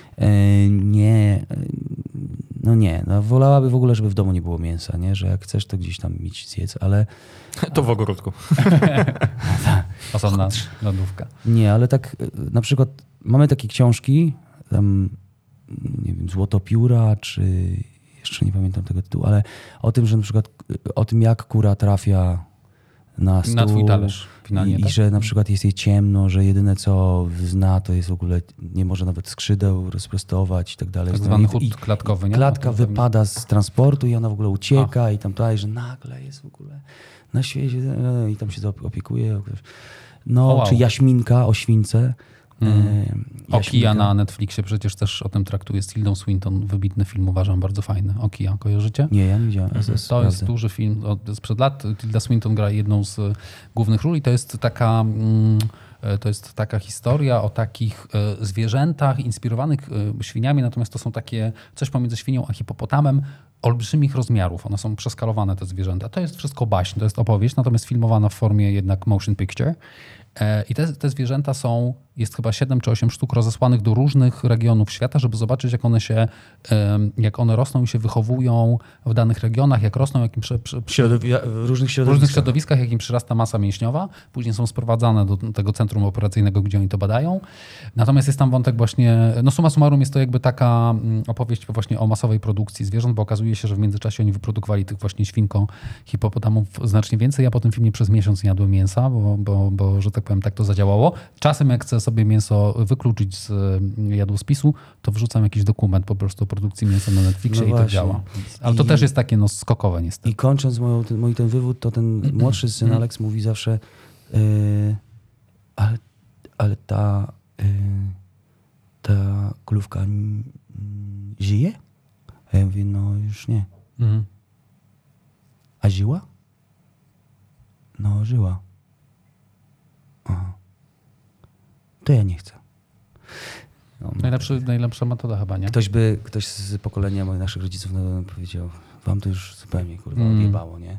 Wolałaby w ogóle, żeby w domu nie było mięsa, nie? Że jak chcesz, to gdzieś tam mieć zjedz, ale To w ogródku. Osobna lodówka. nie, ale tak na przykład mamy takie książki, tam nie wiem, Złotopióra, czy jeszcze nie pamiętam tego tytułu, ale o tym, że na przykład o tym, jak kura trafia na stół. Na twój talerz finalnie, I tak? że na przykład jest jej ciemno, że jedyne co zna to jest w ogóle, nie może nawet skrzydeł rozprostować i tak dalej. Tak zwany chód klatkowy, nie? Klatka O tym wypada z transportu i ona w ogóle ucieka i tam dalej, że nagle jest w ogóle na świecie i tam się opiekuje. No, O, wow. czy Jaśminka o śwince. Okia na Netflixie przecież też o tym traktuje z Tildą Swinton. Wybitny film, uważam, bardzo fajny. Okia, kojarzycie? Nie, ja nie widziałem. To jest duży film sprzed lat. Tilda Swinton gra jedną z głównych ról i to jest taka historia o takich zwierzętach inspirowanych świniami, natomiast to są takie coś pomiędzy świnią a hipopotamem olbrzymich rozmiarów. One są przeskalowane, te zwierzęta. To jest wszystko baśń, to jest opowieść, natomiast filmowana w formie jednak motion picture. I te zwierzęta jest chyba 7 czy 8 sztuk rozesłanych do różnych regionów świata, żeby zobaczyć, jak one rosną i się wychowują w danych regionach, jak rosną, jak im w różnych w różnych środowiskach, jak im przyrasta masa mięśniowa. Później są sprowadzane do tego centrum operacyjnego, gdzie oni to badają. Natomiast jest tam wątek właśnie, no summa summarum jest to jakby taka opowieść właśnie o masowej produkcji zwierząt, bo okazuje się, że w międzyczasie oni wyprodukowali tych właśnie hipopotamów znacznie więcej. Ja po tym filmie przez miesiąc nie jadłem mięsa, bo że tak powiem, tak to zadziałało. Czasem jak chcę sobie mięso wykluczyć z jadłospisu, to wrzucam jakiś dokument po prostu o produkcji mięsa na Netflixie No i to właśnie. działa. Ale to też jest takie skokowe niestety. I kończąc mój ten wywód, to ten młodszy syn Alex mówi zawsze ale ta królówka żyje? A ja mówię, no już nie. A żyła? No żyła. Aha. To ja nie chcę. No, Najlepsza metoda chyba, nie? Ktoś z pokolenia naszych rodziców powiedział, wam to już zupełnie odjebało, nie?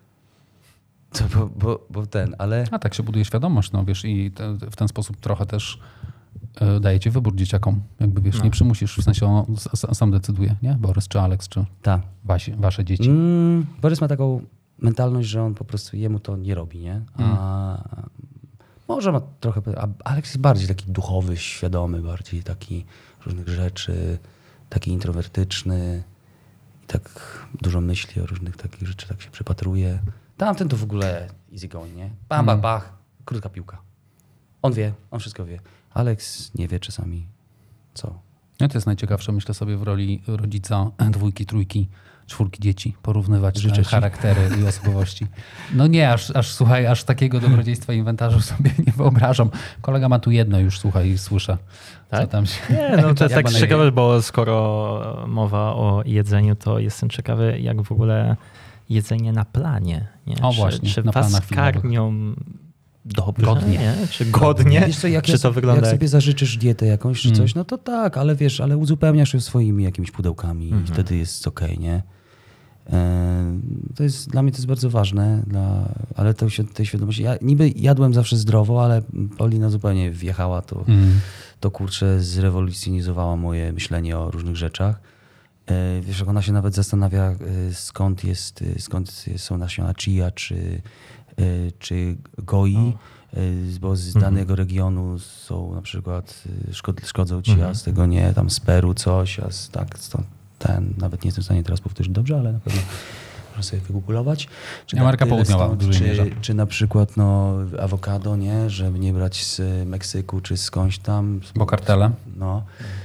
Ale... A tak się buduje świadomość, no wiesz, i w ten sposób trochę też dajecie wybór dzieciakom. Jakby wiesz, nie przymusisz, w sensie on sam decyduje, nie? Borys czy Alex, czy wasze dzieci. Borys ma taką mentalność, że on po prostu jemu to nie robi, nie? A może ma trochę... A Alex jest bardziej taki duchowy, świadomy, bardziej taki różnych rzeczy, taki introwertyczny i tak dużo myśli o różnych takich rzeczy, tak się przypatruje. Tamten to w ogóle easy going, nie? Bach, krótka piłka. On wie, on wszystko wie. Alex nie wie czasami co. No to jest najciekawsze, myślę sobie, w roli rodzica 2, 3, 4 dzieci, porównywać te charaktery i osobowości. No nie, słuchaj, aż takiego dobrodziejstwa inwentarza sobie nie wyobrażam. Kolega ma tu jedno już, słuchaj, i słyszę. Tak? Co tam się... Nie, no to jest tak ciekawe, bo skoro mowa o jedzeniu, to jestem ciekawy, jak w ogóle jedzenie na planie. Nie? Czy na was planach karmią dobrze? Godnie. Nie? Czy godnie? Wiesz co, czy to wygląda jak sobie zażyczysz dietę jakąś czy coś, no to tak, ale wiesz, ale uzupełniasz ją swoimi jakimiś pudełkami i wtedy jest okej, nie? Dla mnie to jest bardzo ważne, ale tej świadomości. Ja niby jadłem zawsze zdrowo, ale Paulina zupełnie wjechała, to kurczę zrewolucjonizowała moje myślenie o różnych rzeczach. Wiesz, jak ona się nawet zastanawia, skąd są nasiona chia czy goi, bo z danego regionu są na przykład szkodzą ci, a z tego nie, tam z Peru coś, a nawet nie jestem w stanie teraz powtórzyć dobrze, ale na pewno można sobie wygooglować. Ameryka Południowa w dużej mierze. Czy na przykład awokado, nie, żeby nie brać z Meksyku czy skądś tam. Bo kartele. No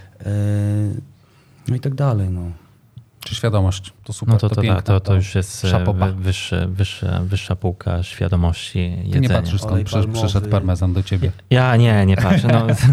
i tak dalej, no. Czy świadomość, to super, No to piękne. To już jest wyższa półka świadomości jedzenia. Ty nie patrzysz, skąd przyszedł parmezan do ciebie. Ja nie patrzę.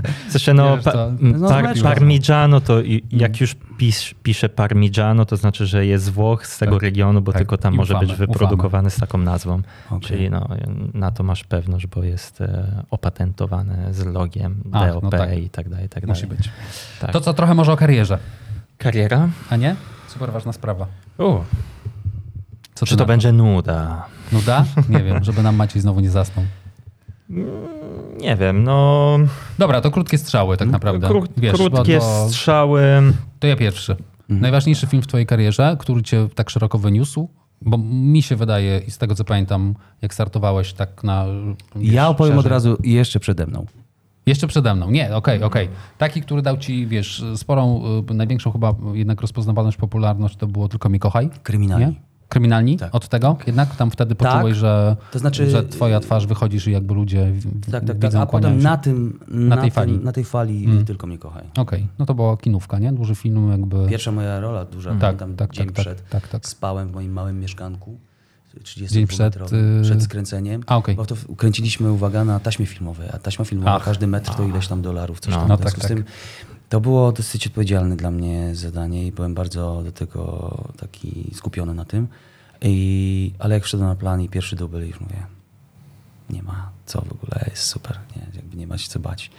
Parmigiano to jak już pisze Parmigiano, to znaczy, że jest Włoch z tego regionu, bo tylko tam może być wyprodukowany z taką nazwą. Okay. Czyli na to masz pewność, bo jest opatentowane z logiem DOP i tak dalej. Musi być. Tak. To co trochę może o karierze. Kariera? A nie? Super ważna sprawa. Czy to będzie nuda? Nuda? Nie wiem, żeby nam Maciej znowu nie zasnął. Nie wiem, Dobra, to krótkie strzały tak naprawdę. Krótkie strzały. To ja pierwszy. Najważniejszy film w twojej karierze, który cię tak szeroko wyniósł? Bo mi się wydaje, i z tego co pamiętam, jak startowałeś tak na... Ja opowiem od razu jeszcze przede mną. Jeszcze przede mną. Nie, okej. Taki, który dał ci, sporą, największą chyba jednak rozpoznawalność, popularność, to było Tylko mnie kochaj. Kryminalni. Nie? Kryminalni? Tak. Od tego? Jednak tam wtedy poczułeś, że, to znaczy, że twoja twarz wychodzisz i jakby ludzie widzą, a potem na tej fali Tylko mnie kochaj. Okej. No to była kinówka, nie? Duży film jakby... Pierwsza moja rola duża. Dzień przed. Spałem w moim małym mieszkanku. 30 przed skręceniem. Bo to kręciliśmy, uwaga, na taśmie filmowej, a taśma filmowa, każdy metr to ileś tam dolarów, coś tam. W tym, to było dosyć odpowiedzialne dla mnie zadanie i byłem bardzo do tego taki skupiony na tym. Ale jak wszedłem na plan i pierwszy dubel, już mówię, nie ma co w ogóle, jest super, jakby nie ma się co bać.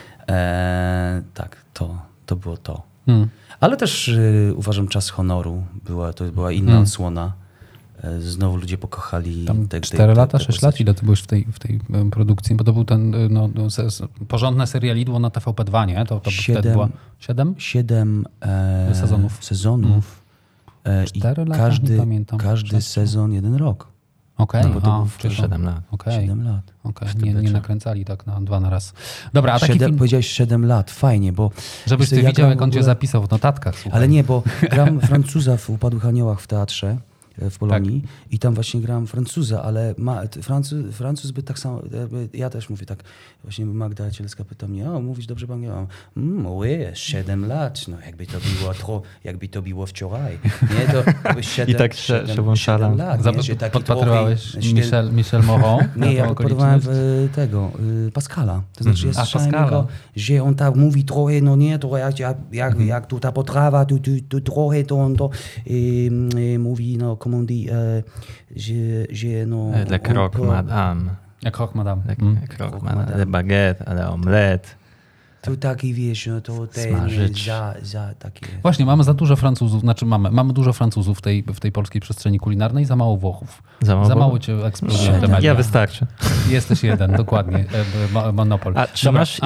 To było to. Ale też uważam, Czas honoru, to była inna odsłona. Znowu ludzie pokochali. Tam 4 lata, 6 lat? Ile ty byłeś w tej produkcji? Bo to był ten porządne serialidło na TVP2, nie? To wtedy było 7 sezonów. 4 lata? Nie pamiętam. Każdy sezon 1 rok. Okej, czyli 7 lat. 7 lat. Nie nakręcali tak na 2 na raz. Dobra, a taki film... Powiedziałeś 7 lat, fajnie, bo... Żebyś ty widział, jak on cię zapisał w notatkach. Słuchaj. Ale nie, bo gram Francuza w Upadłych Aniołach w teatrze w Polonii i tam właśnie grałem Francuza, ale Francuz by tak samo, ja też mówię tak, właśnie Magda Cielska pyta mnie, mówisz dobrze po angielsku? Oui, 7 lat, no jakby to było wczoraj. Nie, to 7 lat. Podpatrywałeś Michel Moreau? Nie, ja podpatrywałem Pascala. To znaczy, ja słyszałem go, że on tak mówi trochę, no nie, trochę jak tu ta potrawa, tu trochę to mówi, no comment on dit, Le croque madame. Le croque madame. Le croque madame. Le baguette, le omelette. To taki, wiesz, no to za takie... Właśnie, mamy za dużo Francuzów, mamy dużo Francuzów w tej polskiej przestrzeni kulinarnej, za mało Włochów. Za mało cię eksploatują te media. Ja wystarczy. Jesteś jeden, dokładnie. Monopol. A czy masz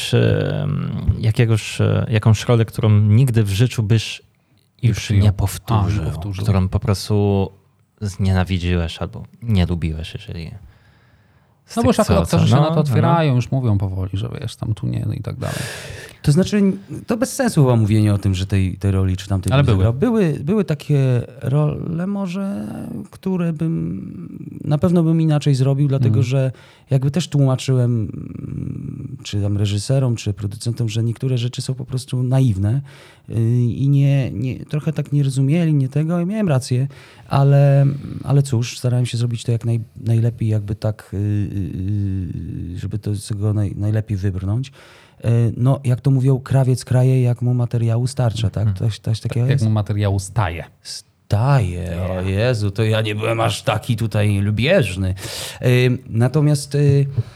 jakąś rolę, którą nigdy w życiu byś już nie powtórzył, którą po prostu znienawidziłeś albo nie lubiłeś, jeżeli... No bo aktorzy się na to otwierają, już mówią powoli, że wiesz, tam tu nie, no i tak dalej. To znaczy, to bez sensu chyba mówienie o tym, że tej roli czy tamtej... Ale były takie role może, które na pewno bym inaczej zrobił, dlatego że jakby też tłumaczyłem czy tam reżyserom, czy producentom, że niektóre rzeczy są po prostu naiwne i trochę tak nie rozumieli, nie tego i miałem rację, ale cóż, starałem się zrobić to jak najlepiej, jakby tak, żeby to z tego najlepiej wybrnąć. No, jak to mówią, krawiec kraje, jak mu materiału starcza, tak? Coś takiego jak mu materiału staje. Staje, o Jezu, to ja nie byłem aż taki tutaj lubieżny.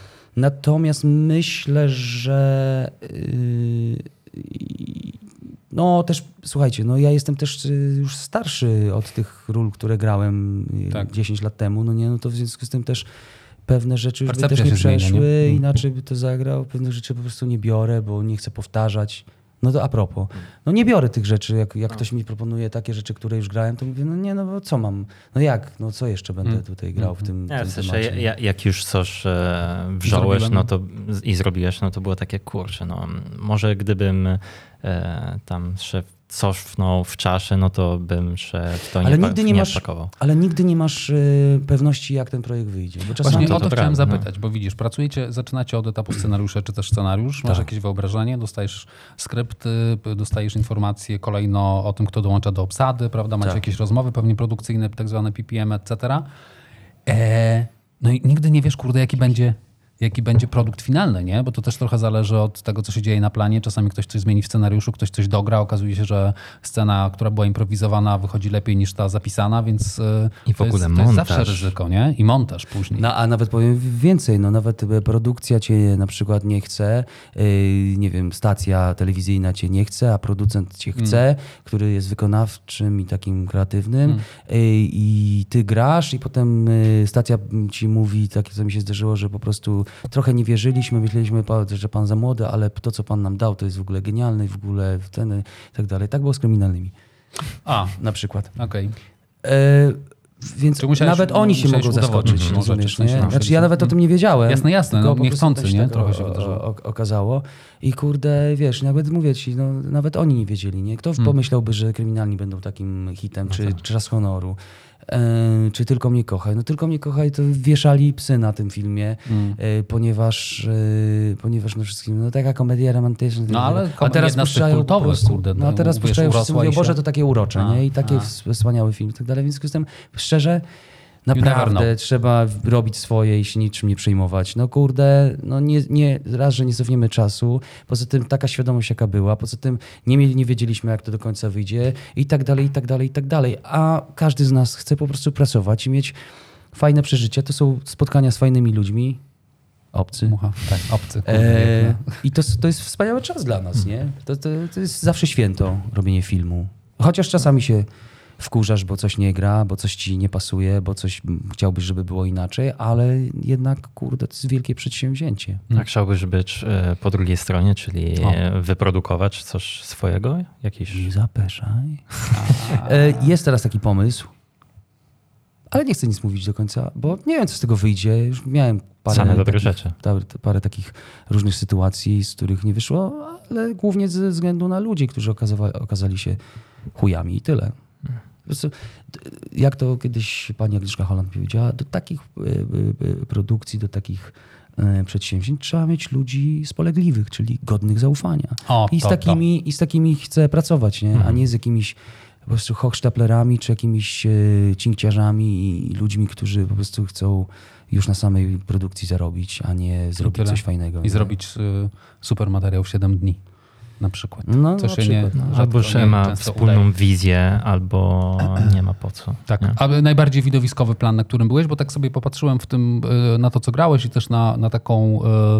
Natomiast myślę, że No też, słuchajcie, no ja jestem też już starszy od tych ról, które grałem Tak. 10 lat temu, no nie, no to w związku z tym też pewne rzeczy już by Percepcja też nie się zmienia, przeszły, nie? inaczej by to zagrał, pewne rzeczy po prostu nie biorę, bo nie chcę powtarzać. No to a propos, no nie biorę tych rzeczy, jak ktoś mi proponuje takie rzeczy, które już grałem, to mówię, no nie, no bo co mam, no jak, no co jeszcze będę tutaj grał w tym Ja, w sensie, temacie. jak już coś wziąłeś Zrobiłem. no to, i zrobiłeś, no to było takie, kurczę, no może gdybym tam się cofnął w czasie, no to bym się w to Ale nigdy nie nie masz, wpakował. ale nigdy nie masz pewności, jak ten projekt wyjdzie. Bo czasami Właśnie to o to prawda, chciałem no. zapytać, bo widzisz, zaczynacie od etapu scenariusza, czytasz scenariusz, masz Tak. jakieś wyobrażenie, dostajesz skrypty, dostajesz informacje kolejno o tym, kto dołącza do obsady, prawda? Macie Tak. jakieś rozmowy pewnie produkcyjne, tak zwane PPM, etc. No i nigdy nie wiesz, kurde, jaki będzie produkt finalny, nie? Bo to też trochę zależy od tego, co się dzieje na planie. Czasami ktoś coś zmieni w scenariuszu, ktoś coś dogra. Okazuje się, że scena, która była improwizowana, wychodzi lepiej niż ta zapisana, więc I w ogóle to jest zawsze montaż. ryzyko, nie? I montaż później. No, a nawet powiem więcej, no nawet produkcja cię na przykład nie chce, nie wiem, stacja telewizyjna cię nie chce, a producent cię chce, który jest wykonawczym i takim kreatywnym i ty grasz i potem stacja ci mówi, takie co mi się zdarzyło, że po prostu trochę nie wierzyliśmy, myśleliśmy, że pan za młody, ale to, co pan nam dał, to jest w ogóle genialne i w ogóle ten i tak dalej. Tak było z kryminalnymi na przykład. Okej. Więc Czy musiałeś- nawet oni się musiałeś mogą zaskoczyć, udowodnić rozumiesz, rzeczy, w sensie, nie? no, Znaczy ja nawet o tym nie wiedziałem. Jasne, jasne, tylko no, po prostu niechcący, też nie? tak Trochę się wydarzyło. okazało. I kurde, wiesz, nawet mówię ci, no, nawet oni nie wiedzieli, nie? Kto pomyślałby, że kryminalni będą takim hitem, czy Czas honoru, czy Tylko mnie kochaj. No Tylko mnie kochaj to wieszali psy na tym filmie, ponieważ no wszystkim, no taka komedia romantyczna. No, ale a teraz jedna z tych puszczają po kultowych, prostu, kurde, no a teraz wiesz, puszczają wszyscy urosła i mówią, Boże, się- to takie urocze, nie? I takie wspaniały film i tak dalej. W związku z tym, szczerze, never naprawdę know. trzeba robić swoje i się niczym nie przejmować. No kurde, no raz, że nie cofniemy czasu, poza tym taka świadomość jaka była, poza tym nie wiedzieliśmy jak to do końca wyjdzie i tak dalej, i tak dalej, i tak dalej. A każdy z nas chce po prostu pracować i mieć fajne przeżycia. To są spotkania z fajnymi ludźmi. Obcy. Mucha, tak, obcy. I to jest wspaniały czas dla nas, nie? To jest zawsze święto, robienie filmu. Chociaż czasami się wkurzasz, bo coś nie gra, bo coś ci nie pasuje, bo coś chciałbyś, żeby było inaczej, ale jednak, kurde, to jest wielkie przedsięwzięcie. A chciałbyś być po drugiej stronie, czyli wyprodukować coś swojego? Jakiś... Nie zapeszaj. Jest teraz taki pomysł, ale nie chcę nic mówić do końca, bo nie wiem, co z tego wyjdzie. Już miałem Same dobre rzeczy. parę takich różnych sytuacji, z których nie wyszło, ale głównie ze względu na ludzi, którzy okazali się chujami i tyle. Po prostu, jak to kiedyś pani Agnieszka Holland powiedziała, do takich produkcji, do takich przedsięwzięć trzeba mieć ludzi spolegliwych, czyli godnych zaufania. I z takimi chcę pracować, nie? A nie z jakimiś po prostu hochsztaplerami, czy jakimiś cinkciarzami i ludźmi, którzy po prostu chcą już na samej produkcji zarobić, a nie zrobić coś fajnego. I zrobić super materiał w 7 dni. Na przykład. No, Co na się przykład, Albo że ma często wspólną udaje. wizję, albo nie ma po co. Tak, Nie? a najbardziej widowiskowy plan, na którym byłeś, bo tak sobie popatrzyłem w tym, na to, co grałeś i też na taką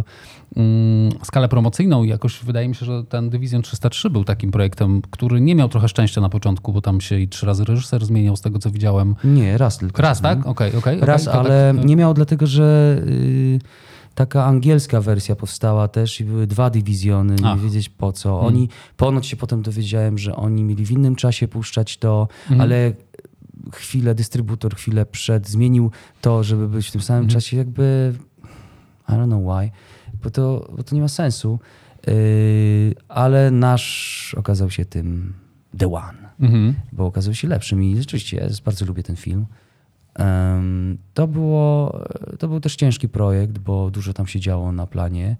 skalę promocyjną i jakoś wydaje mi się, że ten Division 303 był takim projektem, który nie miał trochę szczęścia na początku, bo tam się i 3 razy reżyser zmieniał, z tego co widziałem. Nie, raz tylko. Raz, tak? Okej. Raz, To ale tak, nie miał dlatego, że taka angielska wersja powstała też i były 2 dywizjony, nie wiedzieć po co. Oni, ponoć się potem dowiedziałem, że oni mieli w innym czasie puszczać to, ale dystrybutor chwilę zmienił to, żeby być w tym samym czasie jakby, I don't know why, bo to nie ma sensu. Ale nasz okazał się tym The One, bo okazał się lepszym i rzeczywiście ja bardzo lubię ten film. To był też ciężki projekt, bo dużo tam się działo na planie,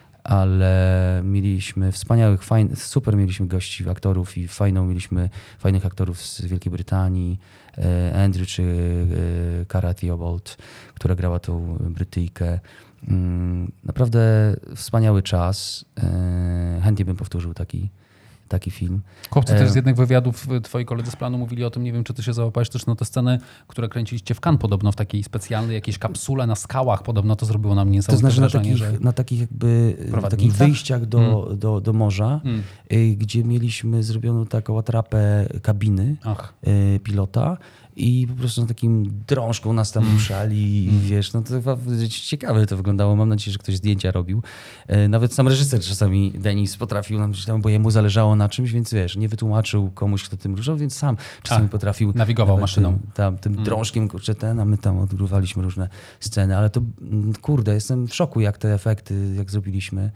ale mieliśmy super mieliśmy gości, aktorów i fajnych aktorów z Wielkiej Brytanii, Andrew czy Cara Theobald, która grała tą Brytyjkę. Naprawdę wspaniały czas. Chętnie bym powtórzył taki film. Chłopcy też z jednych wywiadów, twoi koledzy z planu mówili o tym, nie wiem, czy ty się załapałeś też na te sceny, które kręciliście w Cannes podobno, w takiej specjalnej jakiejś kapsule na skałach, podobno to zrobiło na mnie To niesamowite znaczy wrażenie, na takich jakby takich wyjściach do morza, gdzie mieliśmy zrobioną taką atrapę kabiny pilota i po prostu na takim drążką nas tam ruszali i wiesz, no to chyba ciekawe to wyglądało. Mam nadzieję, że ktoś zdjęcia robił. Nawet sam reżyser czasami, Denis, potrafił nam, bo jemu zależało na czymś, więc wiesz, nie wytłumaczył komuś, kto tym ruszał, więc sam czasami potrafił. Nawigował maszyną. Tym drążkiem, kurczę, a my tam odgrywaliśmy różne sceny, ale to kurde, jestem w szoku, jak te efekty, jak zrobiliśmy.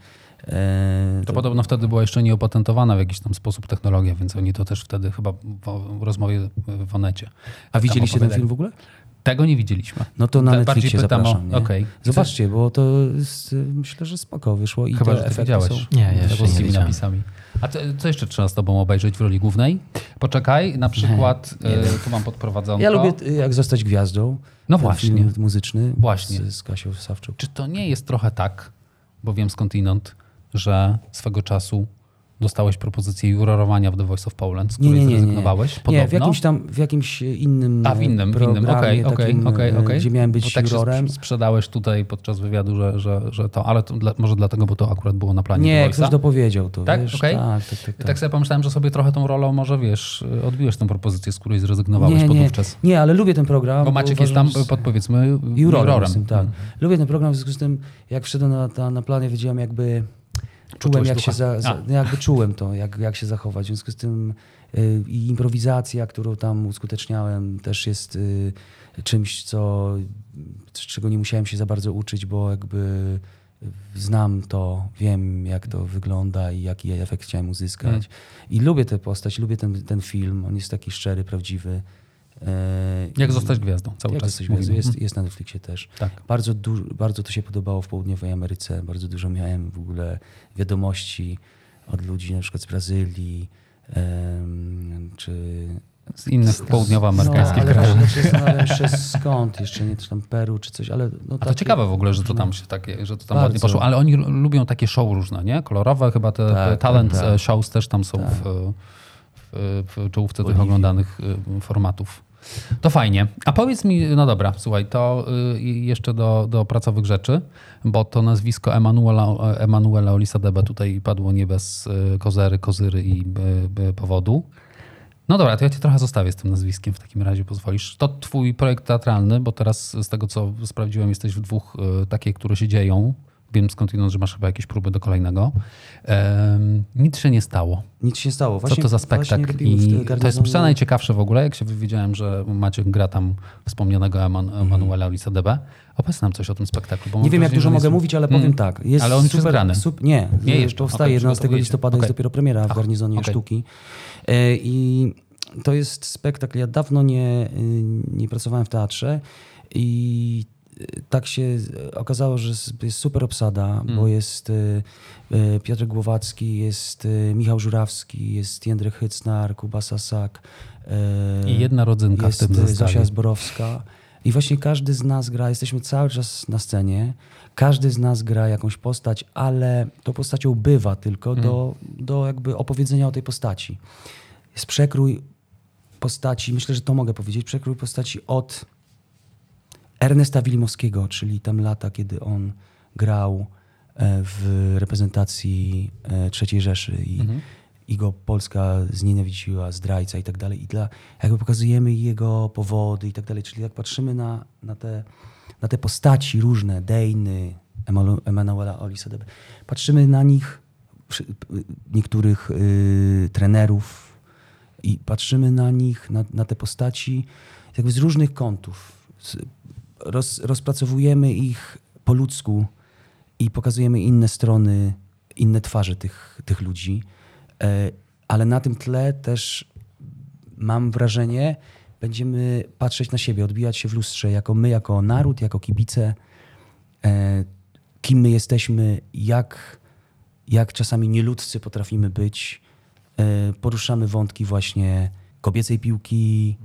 To podobno wtedy była jeszcze nieopatentowana w jakiś tam sposób technologia, więc oni to też wtedy chyba w rozmowie w Onecie. A widzieliście ten film w ogóle? Tego nie widzieliśmy. No to na Netflixie zapraszam. Okay. Zobaczcie, bo to jest, myślę, że spoko wyszło. I chyba, te że ty efekty widziałeś. są... Nie, jeszcze z nie tymi widziałem. napisami. A co jeszcze trzeba z tobą obejrzeć w roli głównej? Poczekaj, na przykład tu mam podprowadzonko. Ja lubię Jak zostać gwiazdą. No ten właśnie. Film muzyczny Właśnie. z Kasią Sawczuk. Czy to nie jest trochę tak, bo wiem skądinąd, że swego czasu dostałeś propozycję jurorowania w The Voice of Poland, z której zrezygnowałeś? Podobno? Nie, w jakimś innym programie, Okej. gdzie miałem być tak jurorem. Sprzedałeś tutaj podczas wywiadu, że to, ale to może dlatego, bo to akurat było na planie Nie, The Voice'a? ktoś dopowiedział to, Tak? wiesz? Okej. Tak sobie pomyślałem, że sobie trochę tą rolą może, wiesz, odbiłeś tę propozycję, z której zrezygnowałeś podówczas. Nie, ale lubię ten program. Bo Maciek jest tam, powiedzmy, jurorem. Tak. Lubię ten program, w związku z tym, jak wszedłem na plan, ja wiedziałem jakby... Czułem, jakby czułem to, jak się zachować. W związku z tym i improwizacja, którą tam uskuteczniałem, też jest czymś, czego nie musiałem się za bardzo uczyć, bo jakby znam to, wiem jak to wygląda i jaki efekt chciałem uzyskać. I lubię tę postać, lubię ten film. On jest taki szczery, prawdziwy. Jak zostać gwiazdą cały czas. Jest na Netflixie też. Tak. Bardzo to się podobało w Południowej Ameryce. Bardzo dużo miałem w ogóle wiadomości od ludzi na przykład z Brazylii czy z innych południowoamerykańskich krajów. Ja się zastanawiam jeszcze skąd, jeszcze nie czy tam Peru czy coś, ale... No, to ciekawe w ogóle, że to tam się że to tam ładnie poszło, ale oni lubią takie show różne, nie? Kolorowe, chyba te talent shows też tam są w czołówce tych oglądanych formatów. To fajnie. A powiedz mi, no dobra, słuchaj, to jeszcze do pracowych rzeczy, bo to nazwisko Emanuela Olisadebe tutaj padło nie bez kozyry i powodu. No dobra, to ja cię trochę zostawię z tym nazwiskiem w takim razie, pozwolisz. To twój projekt teatralny, bo teraz z tego, co sprawdziłem, jesteś w dwóch takie, które się dzieją. Wiem skądinąd, że masz chyba jakieś próby do kolejnego. Nic się nie stało. Nic się nie stało. Co to za spektakl? I to jest najciekawsze w ogóle, jak się wywiedziałem, że Maciek gra tam wspomnianego Emanuela Olisadebe. Opowiedz nam coś o tym spektaklu. Bo nie wiem, jak dużo mogę mówić, ale powiem tak. Jest ale on już jest grany. Nie, jeszcze powstaje 11 listopada, jest dopiero premiera w Garnizonie Sztuki. I to jest spektakl. Ja dawno nie pracowałem w teatrze i tak się okazało, że jest super obsada, bo jest Piotr Głowacki, jest Michał Żurawski, jest Jędrek Hycnar, Kuba Sasak. I jedna rodzynka w tym zestawie. Zosia Zborowska. I właśnie każdy z nas gra, jesteśmy cały czas na scenie, każdy z nas gra jakąś postać, ale tą postacią bywa tylko do jakby opowiedzenia o tej postaci. Jest przekrój postaci, myślę, że to mogę powiedzieć, przekrój postaci od Ernesta Wilimowskiego, czyli tam lata, kiedy on grał w reprezentacji III Rzeszy i go Polska znienawidziła, zdrajca i tak dalej. I jakby pokazujemy jego powody i tak dalej. Czyli jak patrzymy na te postaci różne, Dejny, Emanuela Olisadebe, patrzymy na nich, niektórych trenerów i patrzymy na nich, na te postaci jakby z różnych kątów. Rozpracowujemy ich po ludzku i pokazujemy inne strony, inne twarze tych ludzi. Ale na tym tle też mam wrażenie, będziemy patrzeć na siebie, odbijać się w lustrze jako naród, jako kibice, kim my jesteśmy, jak czasami nieludzcy potrafimy być. Poruszamy wątki właśnie kobiecej piłki,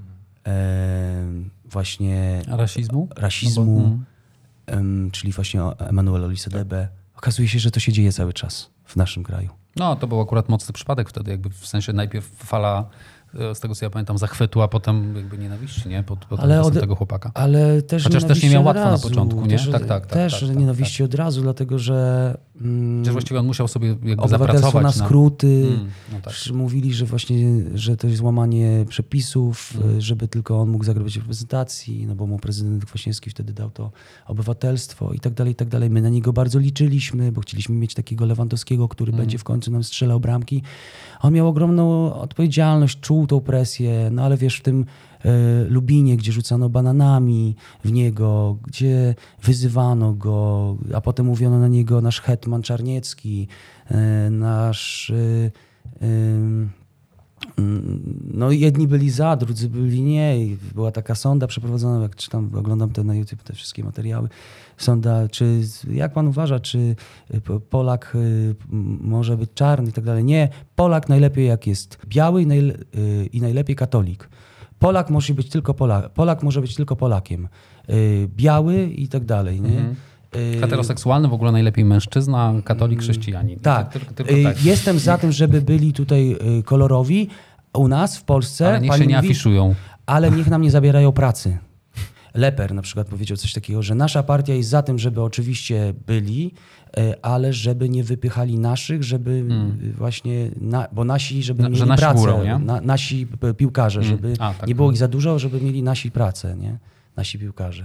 właśnie rasizmu, czyli właśnie Emanuel Olisadebe. Okazuje się, że to się dzieje cały czas w naszym kraju. No, to był akurat mocny przypadek wtedy, jakby w sensie najpierw fala, z tego co ja pamiętam, zachwytu, a potem jakby nienawiści, nie? Pod tego chłopaka. Ale też Chociaż też nie miał łatwo razu. na początku, nie? Też nienawiści od razu, dlatego że... Że właściwie on musiał sobie jakby obywatelstwo zapracować na skróty. no tak. Mówili, że właśnie, że to jest łamanie przepisów, żeby tylko on mógł zagrać w reprezentacji, no bo mu prezydent Kwaśniewski wtedy dał to obywatelstwo i tak dalej, i tak dalej. My na niego bardzo liczyliśmy, bo chcieliśmy mieć takiego Lewandowskiego, który będzie w końcu nam strzelał bramki. On miał ogromną odpowiedzialność, czuł tą presję, no ale wiesz, w tym Lubinie, gdzie rzucano bananami w niego, gdzie wyzywano go, a potem mówiono na niego nasz hetman Czarniecki, nasz... No jedni byli za, drudzy byli nie. I była taka sonda przeprowadzona, jak czytam, oglądam na YouTube te wszystkie materiały. Sonda, jak pan uważa, czy Polak może być czarny i tak dalej? Nie, Polak najlepiej jak jest biały i najlepiej katolik. Polak może być tylko Polak może być tylko Polakiem. Biały i tak dalej, nie? Heteroseksualny w ogóle najlepiej mężczyzna, katolik, chrześcijanin. Tak. Tylko tak. Jestem za tym, żeby byli tutaj kolorowi u nas w Polsce. Ale niech się nie afiszują. Ale niech nam nie zabierają pracy. Leper na przykład powiedział coś takiego, że nasza partia jest za tym, żeby oczywiście byli, ale żeby nie wypychali naszych, żeby właśnie, bo nasi, żeby mieli nasi pracę. górą, nie? Nasi piłkarze, żeby tak. nie było ich za dużo, żeby mieli nasi pracę, nie? Nasi piłkarze.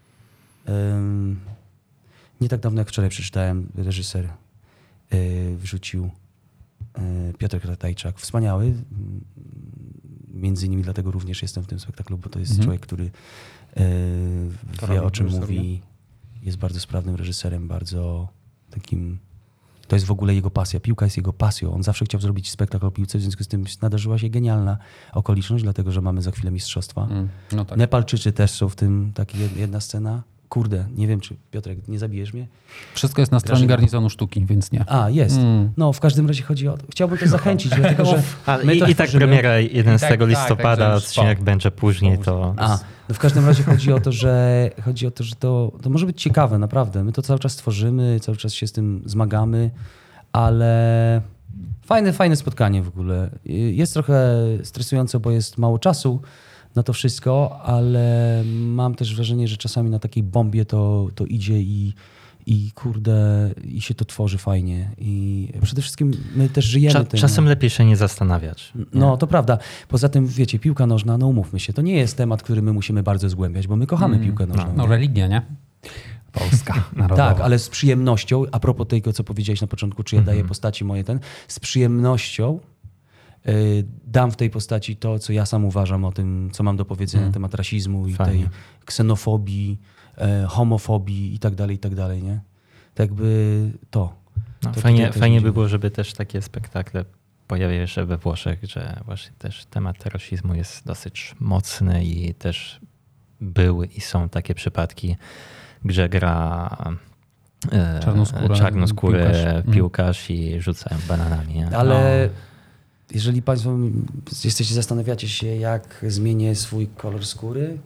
Nie tak dawno jak wczoraj przeczytałem, reżyser wrzucił Piotr Ratajczak. Wspaniały. Między innymi dlatego również jestem w tym spektaklu, bo to jest człowiek, który wie, o czym mówi. Jest bardzo sprawnym reżyserem, bardzo takim... To jest w ogóle jego pasja. Piłka jest jego pasją. On zawsze chciał zrobić spektakl o piłce, w związku z tym nadarzyła się genialna okoliczność, dlatego że mamy za chwilę mistrzostwa. No tak. Nepalczycy też są w tym, jedna scena. Kurde, nie wiem, czy Piotrek, nie zabijesz mnie? Wszystko jest na stronie Garnizonu Sztuki, więc nie. A, jest. No, w każdym razie chodzi o to. Chciałbym to zachęcić, dlatego że... I tak premiera 11 listopada, odcinek będzie później, to... No w każdym razie chodzi o to, że to może być ciekawe, naprawdę. My to cały czas tworzymy, cały czas się z tym zmagamy, ale fajne spotkanie w ogóle. Jest trochę stresujące, bo jest mało czasu na to wszystko, ale mam też wrażenie, że czasami na takiej bombie to idzie i kurde, i się to tworzy fajnie. I przede wszystkim my też żyjemy tym. Czasem lepiej się nie zastanawiać. No, to prawda. Poza tym, wiecie, piłka nożna, no umówmy się, to nie jest temat, który my musimy bardzo zgłębiać, bo my kochamy piłkę nożną. No, religia, nie? Polska, narodowa. Tak, ale z przyjemnością, a propos tego, co powiedziałeś na początku, czy ja daję postaci moje z przyjemnością dam w tej postaci to, co ja sam uważam o tym, co mam do powiedzenia na temat rasizmu i tej ksenofobii, homofobii i tak dalej, nie? Tak jakby to. No, fajnie by było, żeby też takie spektakle pojawiały się we Włoszech, że właśnie też temat rasizmu jest dosyć mocny i też były i są takie przypadki, gdzie gra czarnoskóry piłkarz i rzucają bananami. Nie? Ale jeżeli Państwo zastanawiacie się, jak zmienię swój kolor skóry,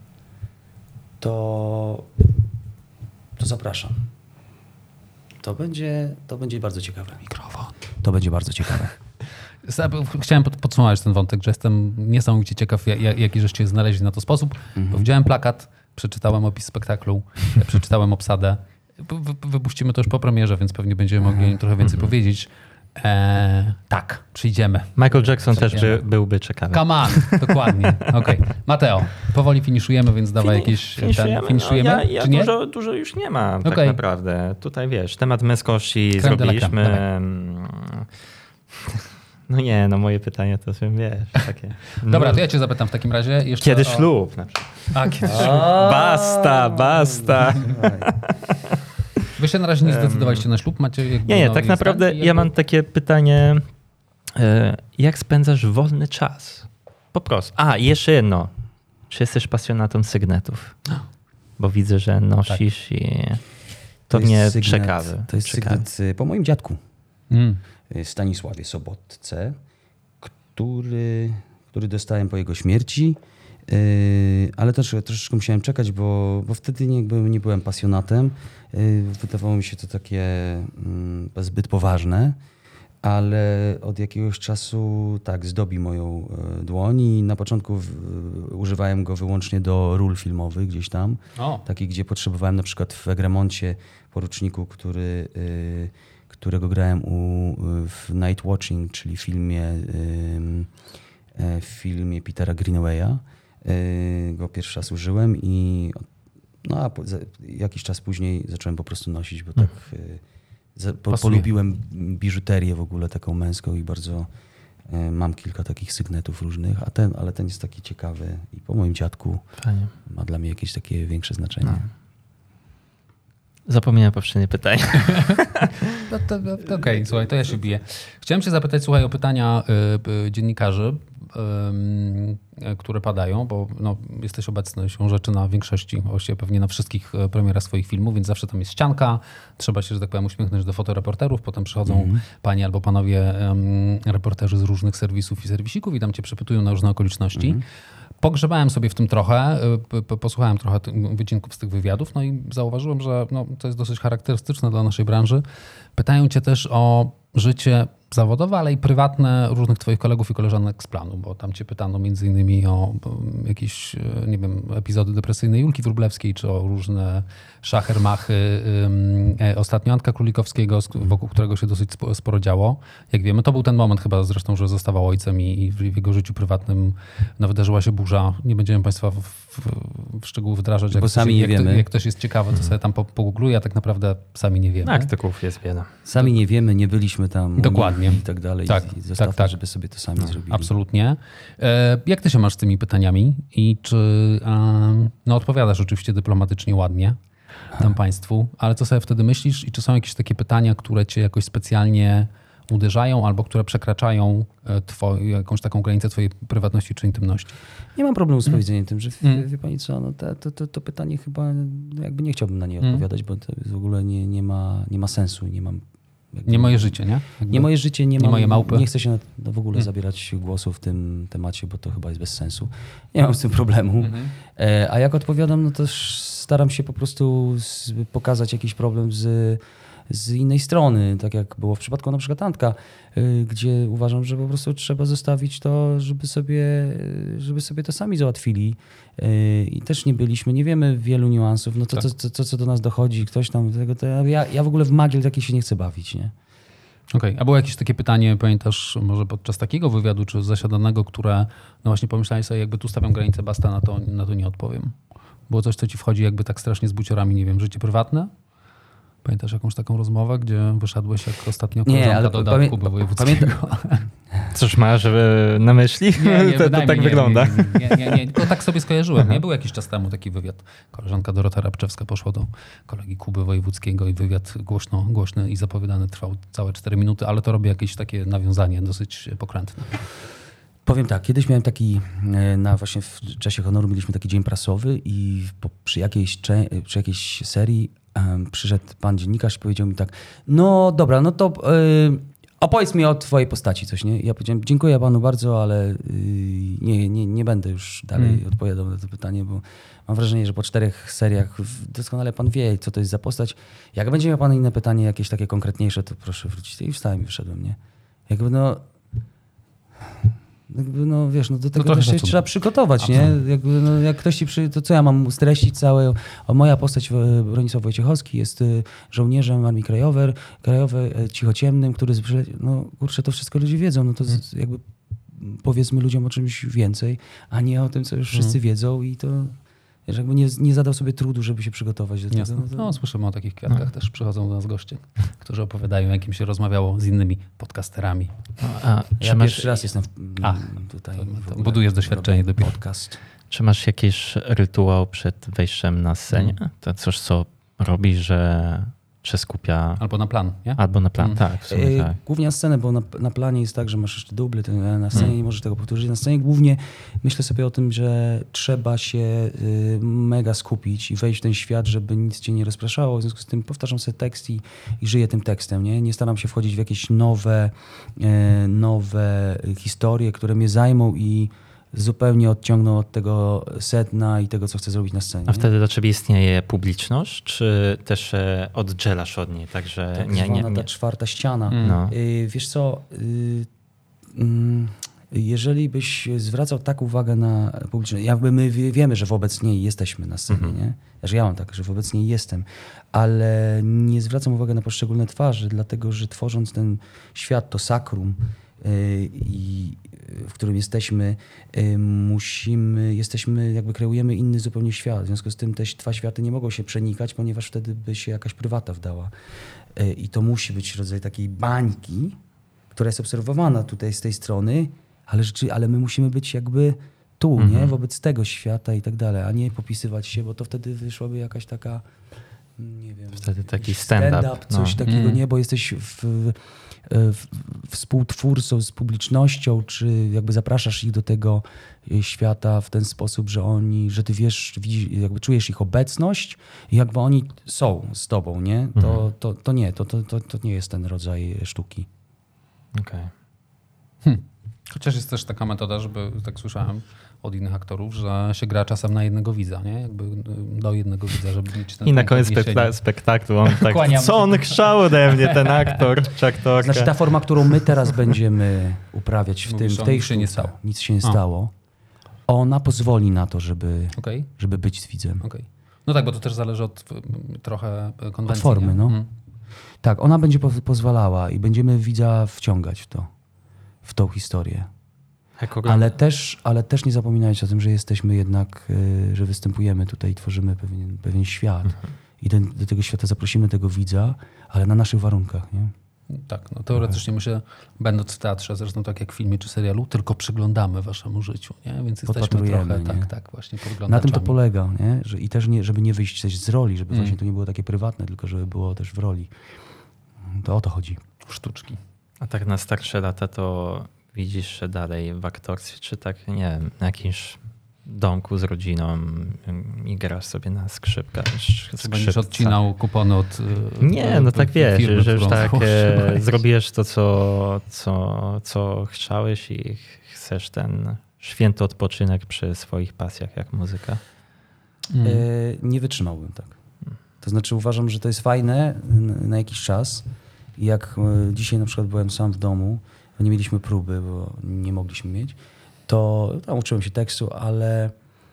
to zapraszam. To będzie bardzo ciekawe. Mikrofon. To będzie bardzo ciekawe. Chciałem podsumować ten wątek, że jestem niesamowicie ciekaw, jaki żeście znaleźli na to sposób. Bo widziałem plakat, przeczytałem opis spektaklu, przeczytałem obsadę. Wypuścimy to już po premierze, więc pewnie będziemy mogli o nim trochę więcej powiedzieć. Tak, przyjdziemy. Michael Jackson też byłby ciekawy. Come on, dokładnie. Okay. Mateo, powoli finiszujemy, więc dawaj jakieś... Finiszujemy? Ja czy nie? Dużo już nie ma tak naprawdę. Tutaj wiesz, temat męskości zrobiliśmy. No nie, moje pytanie to wiesz, takie... Dobra, to ja cię zapytam w takim razie. Jeszcze kiedy ślub? Na przykład. Kiedy ślub. Basta. Wy się na razie nie zdecydowaliście na ślub? Macie nie, tak naprawdę ja mam takie pytanie, jak spędzasz wolny czas? Po prostu. I jeszcze jedno. Czy jesteś pasjonatą sygnetów? Bo widzę, że nosisz i to mnie ciekawe. To jest sygnet po moim dziadku, Stanisławie Sobotce, który dostałem po jego śmierci. Ale też troszeczkę musiałem czekać, bo wtedy nie byłem pasjonatem. Wydawało mi się to takie zbyt poważne. ale od jakiegoś czasu tak zdobi moją dłoń i na początku używałem go wyłącznie do ról filmowych gdzieś tam. Takich, gdzie potrzebowałem na przykład w Egremoncie poruczniku, którego grałem w Night Watching, czyli w filmie Petera Greenawaya. Go pierwszy raz użyłem i jakiś czas później zacząłem po prostu nosić, bo tak polubiłem biżuterię w ogóle taką męską i bardzo mam kilka takich sygnetów różnych, ale ten jest taki ciekawy i po moim dziadku ma dla mnie jakieś takie większe znaczenie. No. Zapomniałem poprzednie pytanie. Okej, słuchaj, to ja się biję. Chciałem cię zapytać, słuchaj, o pytania dziennikarzy, które padają, bo jesteś obecny siłą rzeczy na większości, właściwie pewnie na wszystkich premierach swoich filmów, więc zawsze tam jest ścianka, trzeba się, że tak powiem, uśmiechnąć do fotoreporterów, potem przychodzą panie albo panowie reporterzy z różnych serwisów i serwisików i tam cię przepytują na różne okoliczności. Pogrzebałem sobie w tym trochę, posłuchałem trochę wycinków z tych wywiadów, no i zauważyłem, że to jest dosyć charakterystyczne dla naszej branży. Pytają cię też o życie zawodowe, ale i prywatne różnych twoich kolegów i koleżanek z planu, bo tam cię pytano między innymi o jakieś, nie wiem, epizody depresyjnej Julki Wróblewskiej, czy o różne szachermachy ostatnio Antka Królikowskiego, wokół którego się dosyć sporo działo. Jak wiemy, to był ten moment chyba zresztą, że zostawał ojcem i w jego życiu prywatnym wydarzyła się burza. Nie będziemy państwa w szczegóły wdrażać. Bo sami nie wiemy. Jak ktoś jest ciekawy, to sobie tam pogoogluje, a tak naprawdę sami nie wiemy. Artykułów jest wiele. Sami nie wiemy, nie byliśmy tam. Dokładnie. I tak dalej. Tak, I zostawmy, żeby sobie to sami zrobili. Absolutnie. Jak ty się masz z tymi pytaniami i czy odpowiadasz oczywiście dyplomatycznie ładnie tam państwu, ale co sobie wtedy myślisz i czy są jakieś takie pytania, które cię jakoś specjalnie uderzają albo które przekraczają jakąś taką granicę twojej prywatności czy intymności? Nie mam problemu z powiedzeniem tym, że wie pani co, to pytanie chyba jakby nie chciałbym na nie odpowiadać, bo to w ogóle nie ma sensu. Nie moje życie, nie? Nie moje życie, nie moje małpy. Nie chcę się w ogóle zabierać głosu w tym temacie, bo to chyba jest bez sensu. Nie mam z tym problemu. A jak odpowiadam, no to staram się po prostu pokazać jakiś problem z innej strony, tak jak było w przypadku na przykład Antka, gdzie uważam, że po prostu trzeba zostawić to, żeby sobie to sami załatwili. I też nie wiemy wielu niuansów. No to co do nas dochodzi, ktoś tam tego, to ja w ogóle w magię takiej się nie chcę bawić, nie? Okej. A było jakieś takie pytanie, pamiętasz, może podczas takiego wywiadu, czy zasiadanego, które właśnie pomyślałeś sobie, jakby tu stawiam granicę, basta, na to nie odpowiem. Było coś, co ci wchodzi jakby tak strasznie z buciorami, nie wiem, życie prywatne? Pamiętasz jakąś taką rozmowę, gdzie wyszedłeś jak ostatnio koleżanka do dodatku wojewódzkiego? Cóż masz na myśli? To tak wygląda. Nie, tylko tak sobie skojarzyłem. Nie był jakiś czas temu taki wywiad. Koleżanka Dorota Rabczewska poszła do kolegi Kuby Wojewódzkiego i wywiad głośny i zapowiadany trwał całe 4 minuty, ale to robi jakieś takie nawiązanie dosyć pokrętne. Powiem tak, kiedyś miałem taki, właśnie w czasie honoru mieliśmy taki dzień prasowy i przy jakiejś serii przyszedł pan dziennikarz i powiedział mi tak, no dobra, no to opowiedz mi o twojej postaci coś, nie? Ja powiedziałem, dziękuję panu bardzo, ale nie będę już dalej odpowiadał na to pytanie, bo mam wrażenie, że po 4 seriach doskonale pan wie, co to jest za postać. Jak będzie miał pan inne pytanie, jakieś takie konkretniejsze, to proszę wrócić. I wstałem i wyszedłem, nie? Wiesz, do tego też się trzeba przygotować, nie? Jak ktoś ci to co ja mam streścić całe? Moja postać Bronisław Wojciechowski jest żołnierzem Armii Krajowej, cichociemnym, który to wszystko ludzie wiedzą, no to jakby powiedzmy ludziom o czymś więcej, a nie o tym, co już wszyscy wiedzą i to wiesz, jakby nie zadał sobie trudu, żeby się przygotować do tego. No, słyszymy o takich kwiatkach, też przychodzą do nas goście, którzy opowiadają, jakim się rozmawiało z innymi podcasterami. Ja pierwszy raz jestem tutaj. Budujesz doświadczenie dopiero. Podcast. Czy masz jakiś rytuał przed wejściem na scenę? To coś, co robi, że się skupia... Albo na plan, nie? Albo na plan, tak. W sumie tak. Głównie na scenę, bo na planie jest tak, że masz jeszcze duble, na scenie nie możesz tego powtórzyć. Na scenie głównie myślę sobie o tym, że trzeba się mega skupić i wejść w ten świat, żeby nic cię nie rozpraszało. W związku z tym powtarzam sobie tekst i żyję tym tekstem. Nie staram się wchodzić w jakieś nowe historie, które mnie zajmą i zupełnie odciągnął od tego sedna i tego, co chcę zrobić na scenie. A wtedy dla ciebie istnieje publiczność, czy też oddzielasz od niej? Także Tak nie. zwana ta czwarta ściana. No. Wiesz co, jeżeli byś zwracał tak uwagę na publiczność, jakby my wiemy, że wobec niej jesteśmy na scenie, nie? Że ja mam tak, że wobec niej jestem, ale nie zwracam uwagi na poszczególne twarze, dlatego że tworząc ten świat, to sakrum, w którym jesteśmy, jakby kreujemy inny zupełnie świat. W związku z tym te dwa światy nie mogą się przenikać, ponieważ wtedy by się jakaś prywata wdała. I to musi być rodzaj takiej bańki, która jest obserwowana tutaj z tej strony, ale my musimy być jakby tu, nie? Wobec tego świata i tak dalej, a nie popisywać się, bo to wtedy wyszłaby jakaś taka, nie wiem... Wtedy taki stand-up. Coś takiego, nie? Bo jesteś współtwórcą z publicznością, czy jakby zapraszasz ich do tego świata w ten sposób, że ty wiesz, jakby czujesz ich obecność i jakby oni są z tobą, nie? To nie jest ten rodzaj sztuki. Okej. Chociaż jest też taka metoda, żeby, tak słyszałem od innych aktorów, że się gra czasem na jednego widza, nie? Jakby do jednego widza, żeby mieć ten I na punkt koniec odniesienia. spektaklu on tak, Kłaniam co się. on chciał ode mnie, ten aktor czy aktorka. Znaczy ta forma, którą my teraz będziemy uprawiać Mówisz, w tej nic się nie sztuce, stało. nic się nie stało, ona pozwoli na to, Okej. żeby być z widzem. Okej. No tak, bo to też zależy od trochę konwencji. Od formy, nie? no. Tak, ona będzie pozwalała i będziemy widza wciągać w tą historię. Ale też nie zapominajcie o tym, że jesteśmy jednak, że występujemy tutaj i tworzymy pewien świat. I do tego świata zaprosimy tego widza, ale na naszych warunkach, nie? Tak, no teoretycznie my się, będąc w teatrze, zresztą tak jak w filmie czy serialu, tylko przyglądamy waszemu życiu, nie? Więc jesteśmy Podpatrujemy, trochę, nie? tak, właśnie podglądaczami. Na tym to polega, nie? I też żeby nie wyjść też z roli, żeby właśnie to nie było takie prywatne, tylko żeby było też w roli. To o to chodzi. Sztuczki. A tak na starsze lata to widzisz się dalej w aktorstwie, czy tak, nie wiem, na jakimś domku z rodziną i grasz sobie na skrzypkach. Czy będziesz odcinał kupony od Nie, no tak wiesz, firmy, że już którą tak założyłeś. zrobisz to, co chciałeś i chcesz ten święty odpoczynek przy swoich pasjach, jak muzyka. Nie wytrzymałbym tak. To znaczy uważam, że to jest fajne na jakiś czas. Jak dzisiaj na przykład byłem sam w domu, nie mieliśmy próby, bo nie mogliśmy mieć, to tam uczyłem się tekstu, ale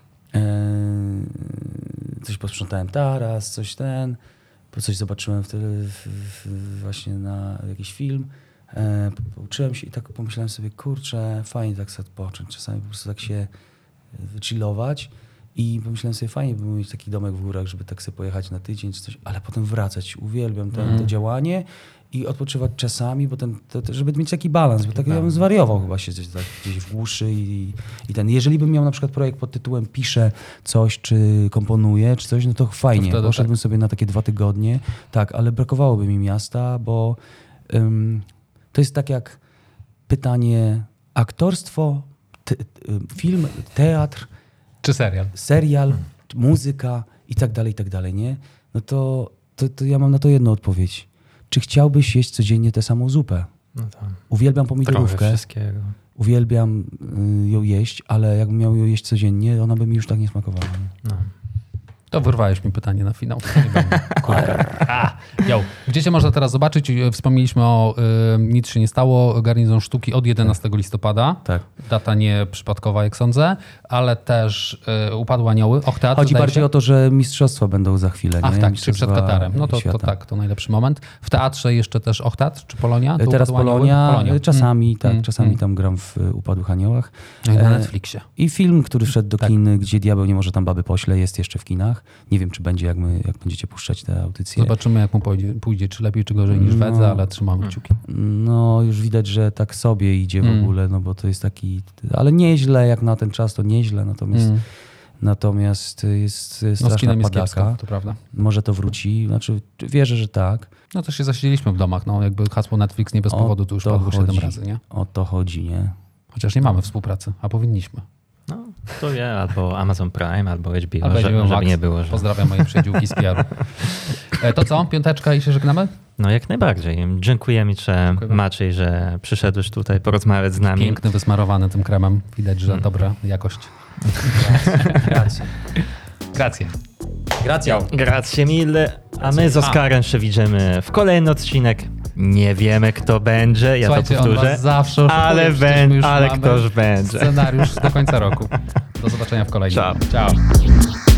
coś posprzątałem taras, coś zobaczyłem właśnie na jakiś film, uczyłem się i tak pomyślałem sobie, kurczę, fajnie tak sobie odpocząć, czasami po prostu tak się wychillować i pomyślałem sobie, fajnie by mieć taki domek w górach, żeby tak sobie pojechać na tydzień czy coś, ale potem wracać. Uwielbiam to działanie i odpoczywać czasami, bo żeby mieć taki balans, bo tak ja bym zwariował chyba się gdzieś w głuszy i jeżeli bym miał na przykład projekt pod tytułem piszę coś, czy komponuję, czy coś, no to fajnie, to poszedłbym sobie na takie 2 tygodnie, tak, ale brakowałoby mi miasta, bo to jest tak jak pytanie aktorstwo, film, teatr, Czy serial, muzyka i tak dalej, nie? No to ja mam na to jedną odpowiedź. Czy chciałbyś jeść codziennie tę samą zupę? No to Uwielbiam trochę pomidorówkę, wszystkiego. uwielbiam ją jeść, ale jakbym miał ją jeść codziennie, ona by mi już tak nie smakowała. No. To wyrwałeś mi pytanie na finał. Nie będę. Gdzie cię można teraz zobaczyć? Wspomnieliśmy o Nic się nie stało, Garnizon Sztuki od 11 listopada. Tak. Data nie przypadkowa, jak sądzę, ale też Upadłe Anioły. Teatr, Chodzi zdaje bardziej się? o to, że mistrzostwa będą za chwilę. Ach nie? tak, czy przed Mistrzostwa Katarem. No to świata. tak, to najlepszy moment. W teatrze jeszcze też Teatr, czy Polonia? To Teraz Upadłe Polonia, Anioły? czasami czasami tam gram w Upadłych Aniołach. No i na Netflixie. I film, który wszedł do kin, gdzie Diabeł nie może tam baby pośle, jest jeszcze w kinach. Nie wiem, czy będzie, jak będziecie puszczać te audycje. Zobaczymy, jak mu pójdzie, czy lepiej, czy gorzej niż Wedze, ale trzymamy kciuki. No, już widać, że tak sobie idzie w ogóle, no bo to jest taki... Ale nieźle, jak na ten czas, to nieźle, natomiast jest No z straszna kinem jest padaka. kiepsko, to prawda. Może to wróci, znaczy wierzę, że tak. No to się zasiedzieliśmy w domach, no jakby hasło Netflix nie bez powodu tu już padło 7 razy, nie? O to chodzi, nie? Chociaż nie mamy współpracy, a powinniśmy. No, kto wie, albo Amazon Prime, albo HBO, Albo żeby Max. nie było. Że... Pozdrawiam moje przyjaciółki z PR-u. To co? Piąteczka i się żegnamy? No jak najbardziej. Dziękuję Maciej, że przyszedłeś tutaj porozmawiać z nami. Piękny, wysmarowany tym kremem. Widać, że dobra jakość. Grazie. Grazie. Grazie. Grazie mille. A my z Oskarem się widzimy w kolejny odcinek. Nie wiemy, kto będzie, ja Słuchajcie, to powtórzę. on was zawsze oszukuje, ale mamy ktoś będzie. Scenariusz do końca roku. Do zobaczenia w kolejnym. Ciao. Ciao.